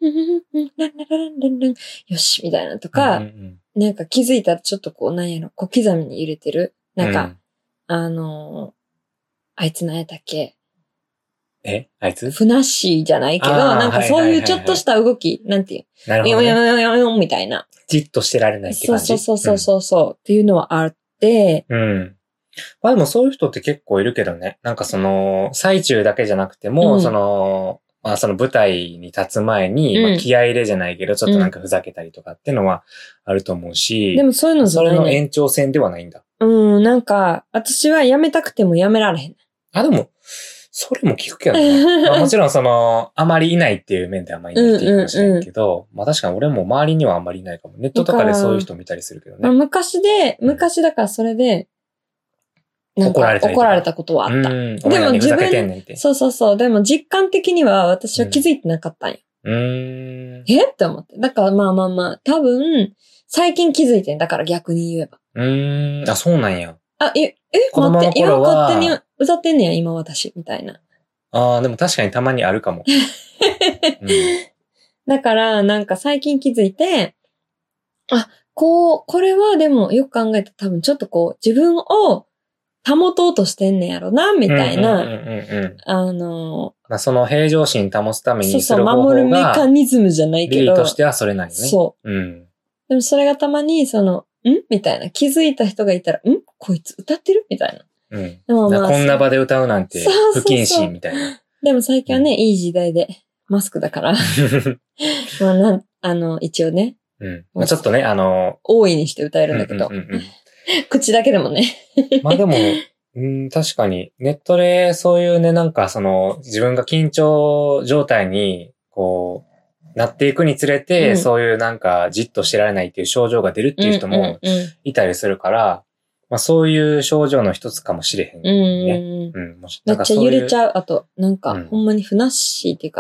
よしみたいなとか、うんうんうん、なんか気づいたらちょっとこうなんやろ、小刻みに揺れてる。なんか、うんあのー、あいつ何やったっけえあいつふなっしーじゃないけど、なんかそういうちょっとした動き、なんていう。 なるほど、ね。 よよよよよみたいな。 じっとしてられないって感じ。 そうそうそうそうそう、うん、っていうのはあって。 うん。まあでもそういう人って結構いるけどね。なんかその、最中だけじゃなくても、うん、その、まあその舞台に立つ前に、うん、まあ気合入れじゃないけど、ちょっとなんかふざけたりとかっていうのはあると思うし。 でもそういうのじゃない、ね。 それの延長線ではないんだ。 うん、なんか、私はやめたくてもやめられへん。 あ、でも、それも聞くけどね。まあ、もちろんその、あまりいないっていう面ではあまりいないっていいかもしれないけど、うんうんうん、まあ確かに俺も周りにはあんまりいないかも。ネットとかでそういう人見たりするけどね。 昔で、昔だからそれで、なんか怒られた怒られたことはあった。 うんでも自分、 そうそうそう。でも実感的には私は気づいてなかったんよ。 うん。 えって思って。だからまあまあまあ、多分、最近気づいてん。だから逆に言えば。 うーん。あ、そうなんや。 あ、え、え、待って、今勝手に歌ってんねや、今私、みたいな。 ああ、でも確かにたまにあるかも。 うん、だから、なんか最近気づいて、あ、こう、これはでもよく考えたら多分ちょっとこう、自分を保とうとしてんねやろな、みたいな。あの、 まあ、その平常心保つためにする方法が。そうそう、守るメカニズムじゃないけど。 リリーとしてはそれなんよね。 そう。うん。でもそれがたまに、その、んみたいな。気づいた人がいたら、んこいつ歌ってるみたいな。 うん。でもまあ、こんな場で歌うなんて、不謹慎みたいな。そうそうそうでも最近はね、うん、いい時代で、マスクだから。まあなん、あの、一応ね。 うん。まあ、ちょっとね、あの、 大いにして歌えるんだけど。うんうんうんうん、口だけでもね。 まあでも、うん、確かに、ネットでそういうね、なんかその、自分が緊張状態に、こう、なっていくにつれて、うん、そういうなんか、じっとしてられないっていう症状が出るっていう人もいたりするから、うんうんうん、まあそういう症状の一つかもしれへんね。 うんうんうん。めっちゃ揺れちゃう。あと、なんか、うん、ほんまにふなっしーっていうか、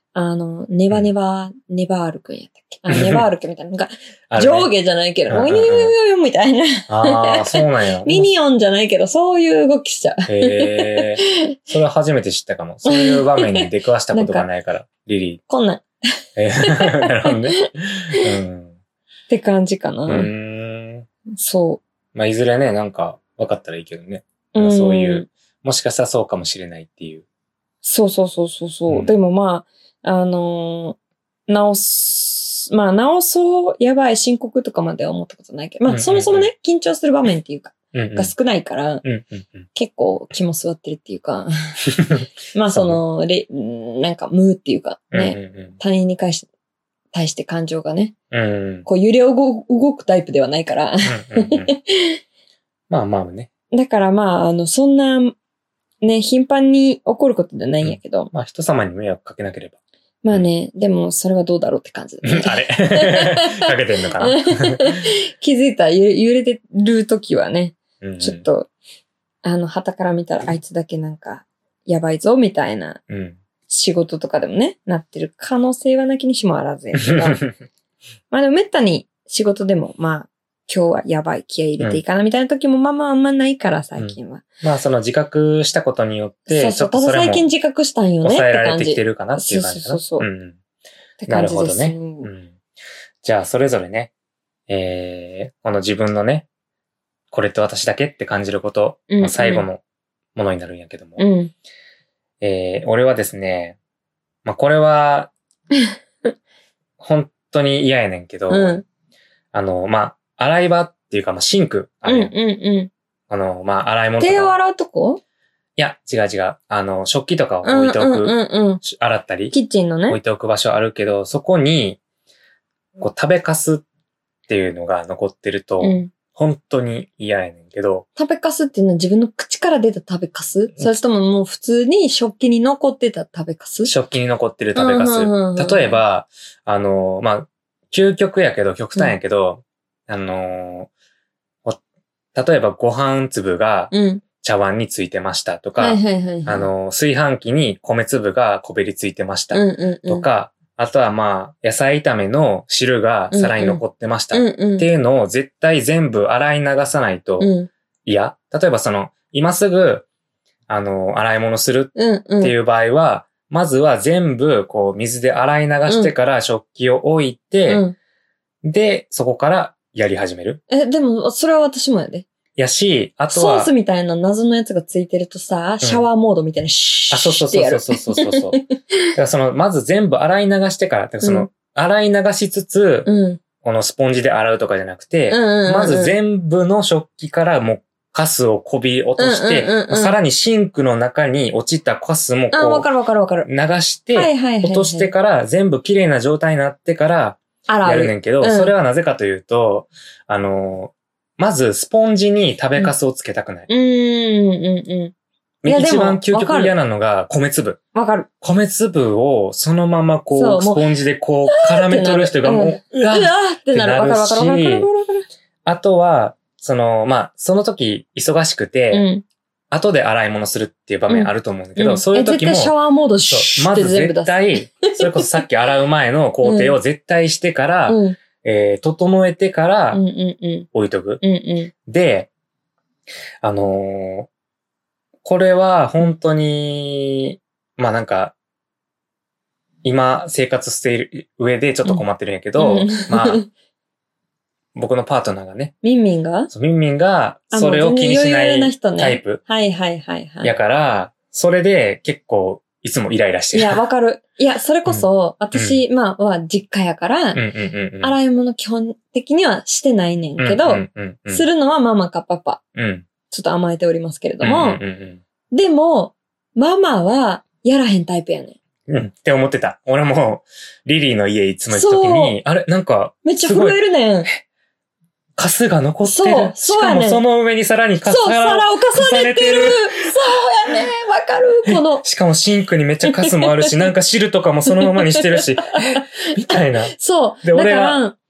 あの、ネバネバ、ネバールくんやったっけあ、ネバールくんみたいな。なんか、 あれね上下じゃないけど、 うんうんうんおにょよよよよみたいな。 ああ、そうなんや。 ミニオンじゃないけど、そういう動きしちゃう。 へえ。それは初めて知ったかも。そういう場面に出くわしたことがないから、リリー。 こんなん。っえーなるほどね。うん。 て感じかな。 うーん。 そまあ、いずれね、なんか分かったらいいけどね。 う。んそういう、もしかしたらそうかもしれないっていう。 そうそうそうそうそう、 うんでもまあ、あのー直す、まあ直そう、やばい、深刻とかまでは思ったことないけど、まあうんうんうんそもそもね、緊張する場面っていうか、 うんうん。 が少ないから、 うんうんうん。 結構気も座ってるっていうか、まあその、れなんか無っていうかね、 うんうん他人に対し対して感情がね、 うん。うんこう揺れ動動くタイプではないから、 うんうんうん。まあまあね。 だからまあ、あの、そんな、ね、頻繁に起こることじゃないんやけど、 まあ人様に迷惑かけなければ。 まあね、でもそれはどうだろうって感じだね。 あれかけてんのかな気づいたら揺れ揺れてるときはね、 うんうんちょっと、あの、旗から見たらあいつだけなんか、やばいぞ、みたいなうん。 仕事とかでもね、なってる可能性はなきにしもあらずやけど、まあでもめったに仕事でも、まあ、今日はやばい、気合い入れていいかな、みたいな時もまあまああんまないから、最近は。 まあその自覚したことによって、 そうそう、たちょっとそれもだ最近自覚したんよねって抑えられ感じ。 てきてるかなっていう感じかな。 そうそうそうそううんうんってな感じです。 るほどね。うん。じゃあ、それぞれね、えー、この自分のね、これって私だけって感じること、 うんうんまあ最後のものになるんやけども。 うん。 えー、俺はですね、まあ、これは、本当に嫌やねんけど、 うん。 あの、まあ、洗い場っていうか、まあ、シンクあうんるやん。 うんうあの、まあ、洗い物ん。 とか。 手を洗うとこいや、違う違う。あの、食器とかをうん置いておく、 うんうんうん。 洗ったり、 キッチンのね。 置いておく場所あるけど、そこに、こう、食べかすっていうのが残ってると、 うん。 本当に嫌やねんけど、 食べかすっていうのは自分の口から出た食べかすそれとももう普通に食器に残ってた食べかす食器に残ってる食べかす。 うんうんうんうん例えば、あの、まあ、究極やけど、極端やけど、あの、お例えばご飯粒がうん。 茶碗についてましたとか、 はいはいはいはい。 あ、の、炊飯器に米粒がこべりついてましたうんうんうん。 とか、あとはまあ、野菜炒めの汁が皿に残ってましたっうんうん。 ていうのを絶対全部洗い流さないとうん嫌。例えばその、今すぐ、あの、洗い物するうんうん。 っていう場合は、まずは全部、こう、水で洗い流してから食器を置いて、 うん。 で、そこからやり始める。 え、でも、それは私もやで。 やし、あとは、 ソースみたいな謎のやつがついてるとさ、シャワーモードみたいなシあ、そうそうそうーってやる。 そうそうそうそう。だからその、まず全部洗い流してから、だからその、 うん洗い流しつつ、 うん。 このスポンジで洗うとかじゃなくて、 うんうんうんうんまず全部の食器からもうカスをこび落として、 うんうんうんうんさらにシンクの中に落ちたカスもあ、わこかるわかるわかる。 う流して、 はいはいはいはい。 落としてから全部綺麗な状態になってから洗う。 やるねんけど、 うんそれはなぜかというと、あの、まずスポンジに食べかすをつけたくない。 うーん、うん、うん。いやでも一番究わかる極嫌なのが米粒。 わかる。 米粒をそのままこう、 そうもうスポンジでこう絡め取る人がもう、うわうわーってなる。わかるわかるわかるわかるわかる。 あとは、その、まあ、その時忙しくて、 うん。 後で洗い物するっていう場面あると思うんだけど、 んそういう時も、 え絶対シャワーモードそうシュまずッて全部出す。 絶対、それこそさっき洗う前の工程を絶対してから、 うん。 えー整えてからうんうんうん。 置いとく。 うんうで、あのーこれは本当に、まあなんか、今生活している上でちょっと困ってるんやけど、 うんまあ、僕のパートナーがね、 ミンミンがそうミンミンがあそれを気にしなもう全然余裕いな人ねタイプはいはいはいはい。 やから、それで結構いつもイライラしてる。 いや、わかる。いや、それこそ、私、まあ、は実家やから、 うんうんうんうん。 洗い物基本的にはしてないねんけど、 うんうんうんうん、 するのはママかパパ。 うん。 ちょっと甘えておりますけれどうんも、 うんうんでも、ママはやらへんタイプやねん。 うん。うん。って思ってた。俺も、リリーの家いつも行くときに、あれ、なんか、 めっちゃすごい震えるねん。 カスが残ってる。 そうそうやねんしかもその上にさらにカスそう、 が皿を重ねてる。そうやねん。わかる。この、 しかもシンクにめっちゃカスもあるし、なんか汁とかもそのままにしてるし、えみたいな。 そう。 で、 だか俺がら、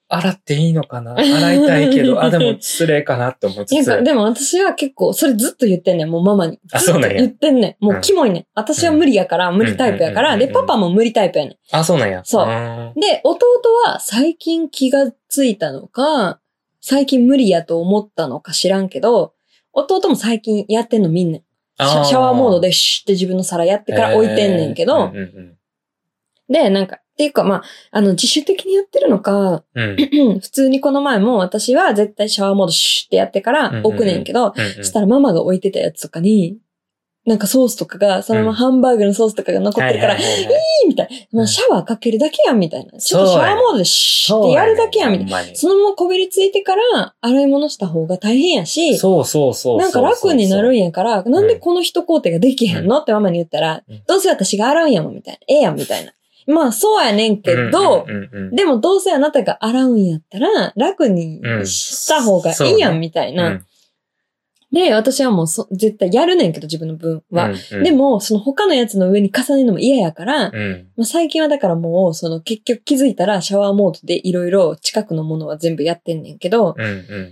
洗っていいのかな洗いたいけど、あ、でも失礼かなって思いつつ。 いや、でも私は結構、それずっと言ってんねん、もうママに。 あ、そうなんや。 言ってんねん。もうキモいねん。私は無理やから、無理タイプやから、で、パパも無理タイプやねん。 あ、そうなんや。 そう。で、弟は最近気がついたのか、最近無理やと思ったのか知らんけど、弟も最近やってんの見んねん。シャシャワーモードでシュッて自分の皿やってから置いてんねんけど、うんうんうん、で、なんか、っていうかまあ、あの、自主的にやってるのか、うん、普通にこの前も私は絶対シャワーモードシュッてやってから置くねんけど、うんうんうん、したらママが置いてたやつとかに、なんかソースとかが、そのままハンバーグのソースとかが残ってるから、うん、いいみたいな。もうシャワーかけるだけやんみたいな。ちょっとシャワーモードでシュッてやるだけやんみたいな。そのままこびりついてから洗い物した方が大変やし、 そうそうそう。 なんか楽になるんやから、なんでこの一工程ができへんの、うん、ってママに言ったら、うん、どうせ私が洗うんやもんみたいな。ええやんみたいな。まあそうやねんけど、うんうんうんうん、でもどうせあなたが洗うんやったら楽にした方がいいやんみたいな。うんで、私はもうそ絶対やるねんけど、自分の分は。うんうん、でも、その他のやつの上に重ねるのも嫌やから、うん、まあ、最近はだからもう、その結局気づいたらシャワーモードでいろいろ近くのものは全部やってんねんけど、うんうん、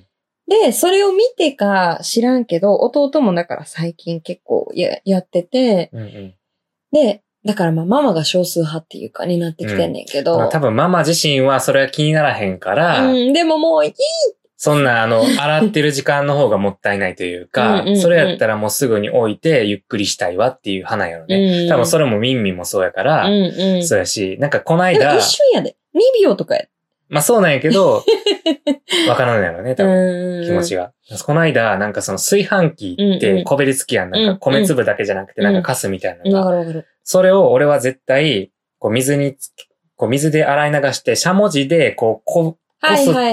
で、それを見てか知らんけど、弟もだから最近結構 や, やってて、うんうん、で、だからまあママが少数派っていうかになってきてんねんけど、うんまあ、多分ママ自身はそれは気にならへんから、 うん、でももういいそんな、あの、洗ってる時間の方がもったいないというか、うんうんうん、それやったらもうすぐに置いてゆっくりしたいわっていう花やろね。うんうん、多分それもミンミンもそうやから、うんうん、そうやし、なんかこの間。 一瞬やで。にびょうとかや。 まあそうなんやけど、わからんやろね、多分、気持ちが。この間、なんかその炊飯器ってこべりつきやん。なんか米粒だけじゃなくて、なんかカスみたいなのが。うんうん、それを俺は絶対、こう水に、こう水で洗い流して、しゃもじで、こう、ここすって、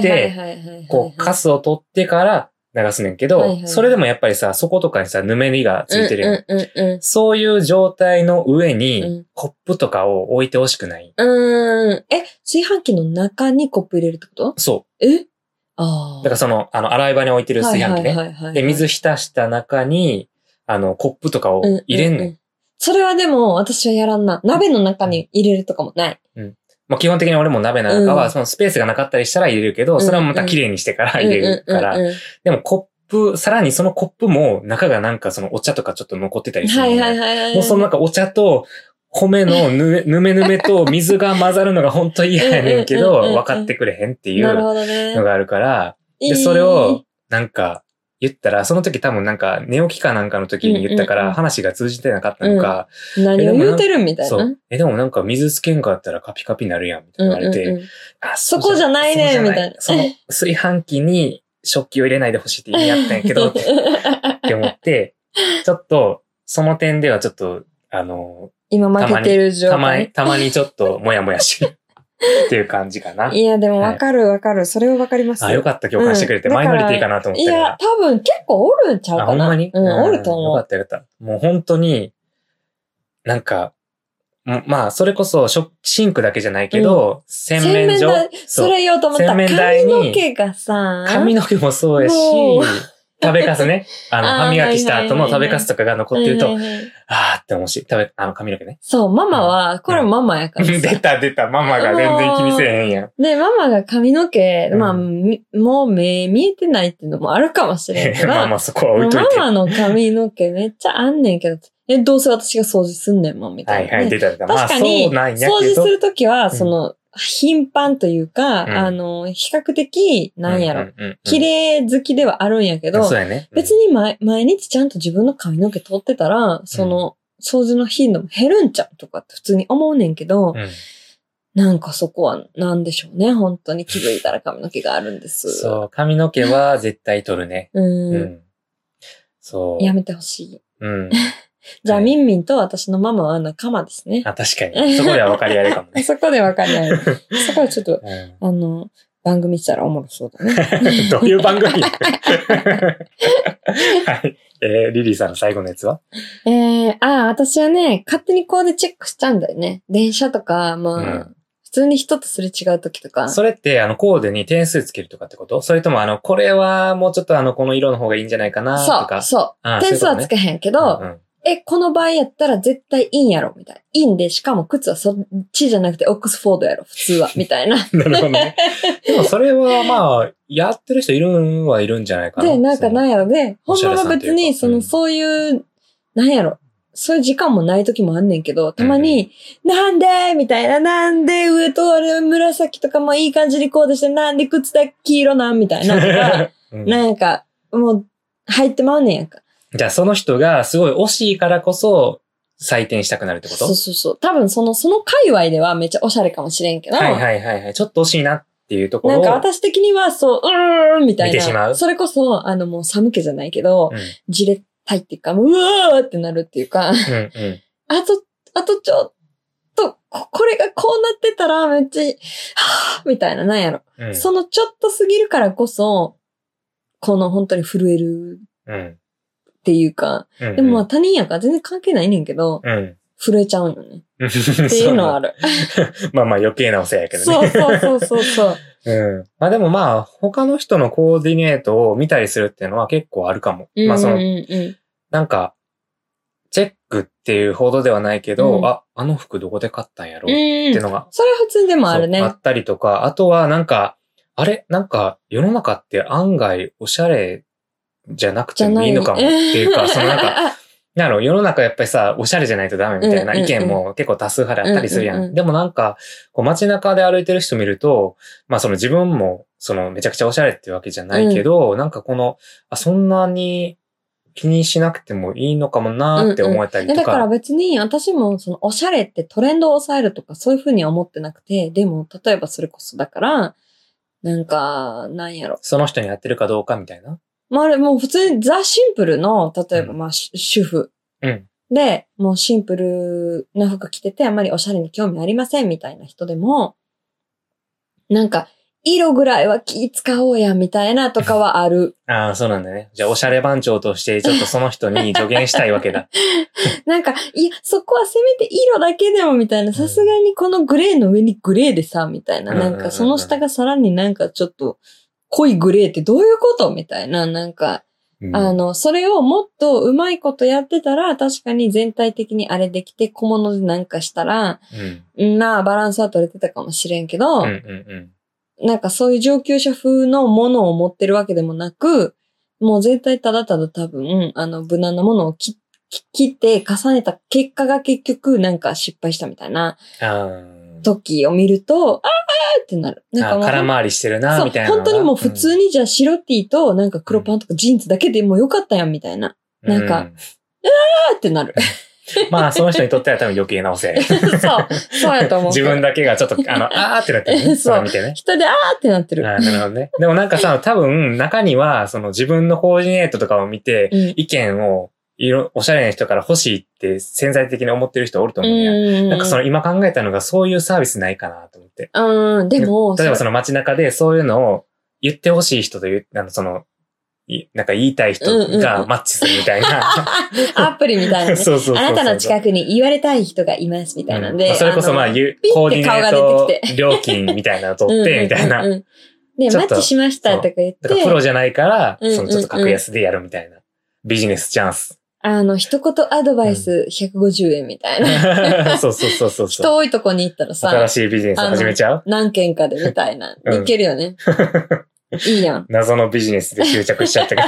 こう、カスを取ってから流すねんけど、はいはいはい、それでもやっぱりさ、そことかにさ、ぬめりがついてるやん。うんうんうんうん、そういう状態の上に、コップとかを置いてほしくない。 うん。え、炊飯器の中にコップ入れるってこと？ そう。 え？ああ。 だからその、あの、洗い場に置いてる炊飯器ね。はいはいはいはいはい、で、水浸した中に、あの、コップとかを入れんねん。うんうんうん、 それはでも、私はやらんな。鍋の中に入れるとかもない。 うん。まあ、基本的に俺も鍋の中は、そのスペースがなかったりしたら入れるけど、うん、それはまた綺麗にしてから入れるから。でもコップ、さらにそのコップも中がなんかそのお茶とかちょっと残ってたりする、ね。はいはいはいはい。もうそのなんかお茶と米のぬ、ぬめぬめと水が混ざるのが本当に嫌やねんけど、分かってくれへんっていうのがあるから、で、それをなんか、言ったら、その時多分なんか寝起きかなんかの時に言ったから話が通じてなかったのか。 うんうん、何を言うてるみたいな。そう。 え、でもなんか水つけんかったらカピカピなるやん、みたいな言われて。うんうんうん、 あ、そこじゃないね、みたいな。 その炊飯器に食器を入れないでほしいって意味やったんやけど、ってって思って、ちょっと、その点ではちょっと、あの、 今負けてる状態。 たまに、たまにちょっともやもやしてる。っていう感じかな。 いや、でもわかるわかる。それはわかりますよ。 あ、よかった。共感してくれて、うん、マイノリティかなと思ったら。 いや、多分結構おるんちゃうかな。 あ、ほんまに？ うん、おると思う。 よかったよかった。もう本当に、なんか、まあ、それこそ、シンクだけじゃないけど、うん、洗面所。 それ言おうと思った。洗面台に。髪の毛がさ。 髪の毛もそうやし、食べかすね。あの、歯磨きした後の食べかすとかが残ってると、あーって面白い。食べ、あの、髪の毛ね。 そう、ママは、これママやからさ。 出た出た、ママが全然気にせえへんやん。 で、ママが髪の毛、まあ、もう目見えてないっていうのもあるかもしれんけど。 まあまあそこは置いといて。 ママの髪の毛めっちゃあんねんけど、え、どうせ私が掃除すんねんもん、みたいな、ね。はいはい、出た出た。確かに、掃除するときは、その、頻繁というか、うん、あの、比較的、なんやろ、うんうんうんうん、綺麗好きではあるんやけど、 そうやね、 うん、別に毎日ちゃんと自分の髪の毛取ってたら、その、掃除の頻度も減るんちゃうとかって普通に思うねんけど、うん、なんかそこはなんでしょうね。本当に気づいたら髪の毛があるんです。 そう、髪の毛は絶対取るね。 うん。うん、 そう。 やめてほしい。 うん。 じゃあ、はい、ミンミンと私のママは仲間ですね。 あ、確かに。そこでは分かり合えるかもね。 そこで分かり合える。そこはちょっと、うん、あの、番組したらおもろそうだね。 どういう番組はい。えー、リリーさんの最後のやつはえー、ああ、私はね、勝手にコードチェックしちゃうんだよね。電車とか、まあ、うん、普通に人とすれ違う時とか。 それって、あの、コードに点数つけるとかってこと？それとも、あの、これはもうちょっとあの、この色の方がいいんじゃないかなとか。 そう、そう。点数はつけへんけど、うんうん、 え、この場合やったら絶対いいんやろみたいな。いいんで、しかも靴はそっちじゃなくてオックスフォードやろ、普通は。みたいな。 なるほどね。でもそれはまあ、やってる人いるんはいるんじゃないかな。 で、なんかなんやろ。で、ほんまは別に、その、 うん、 そういう、なんやろ。そういう時間もない時もあんねんけど、たまに、うん、なんでみたいな、なんで上とあれ紫とかもいい感じにコーデして、なんで靴だけ黄色なんみたいなとか、うん、なんか、もう、入ってまうねんやんか。 じゃあその人がすごい惜しいからこそ採点したくなるってこと？ そうそうそう。多分その、その界隈ではめっちゃオシャレかもしれんけど。 はいはいはいはい。ちょっと惜しいなっていうところを。 なんか私的にはそう、うーんみたいな。 見てしまう。 それこそ、あのもう寒気じゃないけど、うん、じれったいっていうか、もううわーってなるっていうか。うんうん。あと、あとちょっと、これがこうなってたらめっちゃ、はぁみたいな、なんやろ、うん。そのちょっと過ぎるからこそ、この本当に震える。うんっていうか、うんうん、でもまあ他人やから全然関係ないねんけど、うん、震えちゃうよね。っていうのはある。 まあまあ余計なお世話やけどね。そうそうそうそう。 うん。まあでもまあ他の人のコーディネートを見たりするっていうのは結構あるかも。うんうんうん、まあその、なんか、チェックっていうほどではないけど、うん、あ、あの服どこで買ったんやろっていうのが、 うん。それは普通でもあるね。 あったりとか、あとはなんか、あれなんか世の中って案外おしゃれじゃなくてもいいのかもっていうか、そのなんか、なる世の中やっぱりさ、おしゃれじゃないとダメみたいな意見も結構多数派であったりするやん。うんうんうん、でもなんか、こう街中で歩いてる人見ると、まあその自分も、そのめちゃくちゃおしゃれっていうわけじゃないけど、うん、なんかこの、あ、そんなに気にしなくてもいいのかもなーって思えたりとか、 うんうん。だから別に私もそのおしゃれってトレンドを抑えるとかそういうふうには思ってなくて、でも例えばそれこそだから、なんか、なんやろ。 その人に合ってるかどうかみたいな。 まああれもう普通にザ・シンプルの、例えばまあ、うん、主婦。うん。で、もうシンプルな服着ててあんまりおしゃれに興味ありませんみたいな人でも、なんか、色ぐらいは気使おうやみたいなとかはある。 ああ、そうなんだね。じゃあおしゃれ番長としてちょっとその人に助言したいわけだ。 なんか、いや、そこはせめて色だけでもみたいな、さすがにこのグレーの上にグレーでさ、みたいな、うん、なんかその下がさらになんかちょっと、濃いグレーってどういうことみたいな、なんか、うん、あの、それをもっとうまいことやってたら、確かに全体的にあれできて小物でなんかしたら、うん、まあバランスは取れてたかもしれんけど、うんうんうん、なんかそういう上級者風のものを持ってるわけでもなく、もう絶対ただただ多分、あの、無難なものを切って重ねた結果が結局なんか失敗したみたいな時を見ると、ああーってなる。なんかもう空回りしてるな、みたいな。 本当にもう普通にじゃあ白 T となんか黒パンとかジーンズだけでもよかったやんみたいな。うん、なんか、うん、あーってなる。 まあ、その人にとっては多分余計なおせい。 そう。そうやと思う。 自分だけがちょっと、あの、あーってなってる、ね。そう。見てね。 人であーってなってる。 あ、なるほどね。でもなんかさ、多分中には、その自分のコーディネートとかを見て、うん、意見を、色、おしゃれな人から欲しいって潜在的に思ってる人おると思うんや。うんなんかその今考えたのがそういうサービスないかなと思って。 うん、でも。 例えばその街中でそういうのを言ってほしい人という、あの、その、なんか言いたい人がマッチするみたいな。 うんうん、アプリみたいなね。そうそうそうそう。あなたの近くに言われたい人がいますみたいなんで。うんまあ、 それこそまあ、コーディネート料金みたいなのを取って、みたいな。 で、マッチしましたとか言って。 だからプロじゃないから、そのちょっと格安でやるみたいな。ビジネスチャンス。 あの、一言アドバイスひゃくごじゅうえんみたいな。 そうそうそうそう。 人多いとこに行ったらさ。 新しいビジネス始めちゃう何件かでみたいな。いけるよね。いいやん。 謎のビジネスで執着しちゃったから。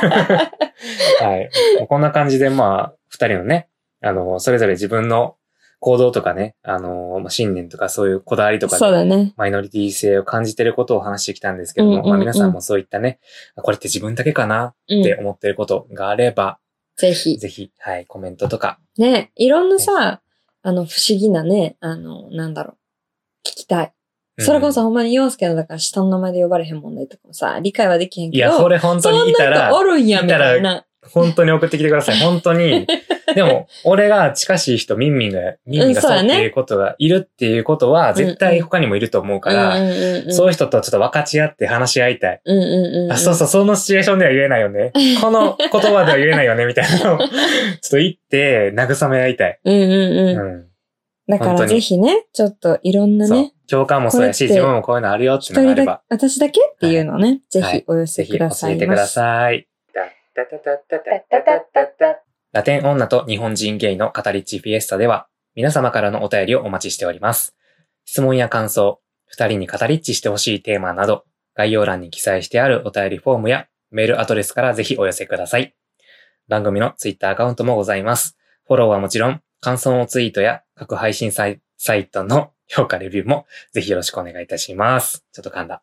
はい。こんな感じでまあ、二人のね、あの、それぞれ自分の行動とかね、あの、信念とかそういうこだわりとかそうだね。 マイノリティ性を感じてることを話してきたんですけども、うんうんうん、まあ皆さんもそういったね、これって自分だけかなって思ってることがあれば、 ぜひ。 ぜひ、はい、コメントとか。 ね、いろんなさ、ね、あの、不思議なね、あの、なんだろう、聞きたい。それこそほんまに洋介のだから下の名前で呼ばれへん問題とかもさ、理解はできへんけど。 いや、それ本当にいたら、 そんな人おるんや、みたいな。 本当に送ってきてください。本当に。でも、俺が近しい人、ミンミンが、ミンミンがそうっていうことがいるっていうことは、絶対他にもいると思うから、そういう人とちょっと分かち合って話し合いたい。 うんうんうんうん、 あそうそう、そのシチュエーションでは言えないよね。この言葉では言えないよね、みたいなのを、ちょっと言って、慰め合いたい。 うんうんうん。うん、だからぜひね、ちょっといろんなね。 共感もそうやし、自分もこういうのあるよっていうのがあれば。 私だけっていうのをね、はい、ぜひお寄せください。 ぜひ教えてください。 ラテン女と日本人ゲイの語りっちフィエスタでは、皆様からのお便りをお待ちしております。質問や感想、二人に語りっちしてほしいテーマなど、概要欄に記載してあるお便りフォームやメールアドレスからぜひお寄せください。番組のツイッターアカウントもございます。フォローはもちろん、感想のツイートや各配信サイ、サイトの評価レビューもぜひよろしくお願いいたします。ちょっと噛んだ。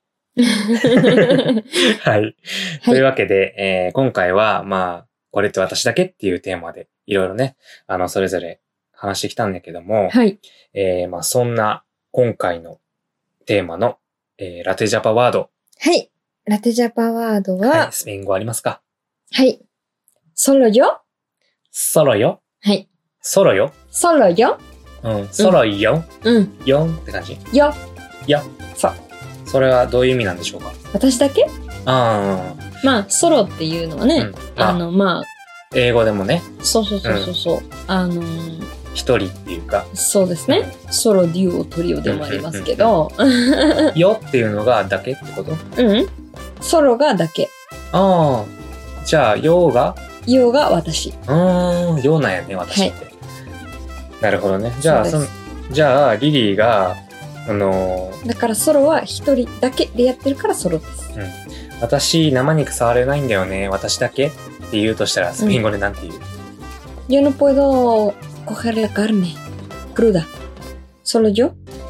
はい。というわけで、えー、今回は、まあ、これって私だけっていうテーマで、いろいろね、あの、それぞれ話してきたんだけども、 はい。 えー、まあ、そんな、今回のテーマの、えー、ラテジャパワード。 はい。ラテジャパワードは、 はい、スペイン語ありますか？ はい。ソロよ。 ソロよ。 はい。 ソロよ。 ソロよ。 うん、ソロよ。 うん。 よんって感じ。 よ。 よ。 そう。 それはどういう意味なんでしょうか？ 私だけ？ ああ。 まあ、ソロっていうのはね、 うんまあ、 あの、まあ、 英語でもね。 そうそうそうそうそう、うん、あのー、 一人っていうか。 そうですね。うん、ソロ、デュオ、トリオでもありますけど。 よっていうのがだけってこと？ うん。ソロがだけ。 ああ。じゃあ、よが？ よが私。 うーん、よなんやね、私って。はい、なるほどね。じゃあ、その、じゃあ、リリーが、あのー、 だからソロは一人だけでやってるからソロです。 うん。私、生肉触れないんだよね。私だけって言うとしたら、スペイン語でなんて言う？ うん、yo no puedo coger la carne cruda. Solo yo.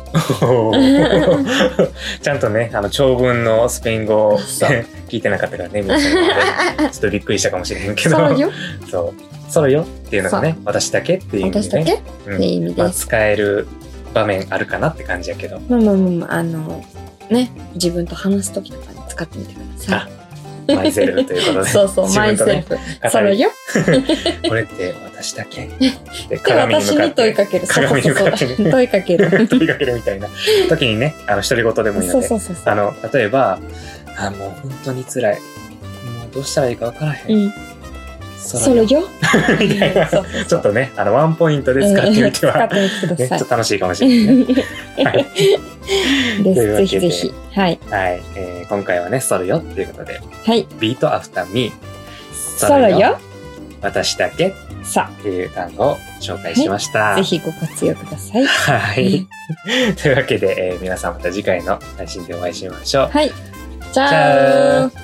ちゃんとね、あの、長文のスペイン語を聞いてなかったからね、皆さん、ね。ちょっとびっくりしたかもしれへんけど。 ソロよ。 そう。ソロよっていうのがね、私だけっていう意味で、ね。 私だけ、うん、っていう意味です。 まあ、使える場面あるかなって感じやけど。 まあまあまあ、あの、ね、自分と話すときとかに使ってみてください。 マイセルフということで。 そうそう、マイセルフ。ソロよ。 これって私だけで鏡に向かって。問いかける。 鏡に向かって、ね。 問いかける。 問いかけるみたいな時にね、あの、独り言でもいいので。そうそうそうそう。あの、例えば、あ、もう本当に辛い。もうどうしたらいいかわからへん。うん、ソロよ。みたいな。ちょっとね、あの、ワンポイントで使ってみては、 使ってみてください。 ね、ちょっと楽しいかもしれないね。はい。 です。ぜひぜひ。はい。 はい。えー、今回はね、ソロよっていうことで。 はい。 ビートアフターミー。 ソロよ。 私だけ。 さ。 っていう単語を紹介しました。 はい、ぜひご活用ください。 はい。というわけで、えー、皆さんまた次回の配信でお会いしましょう。 はい。じゃあ。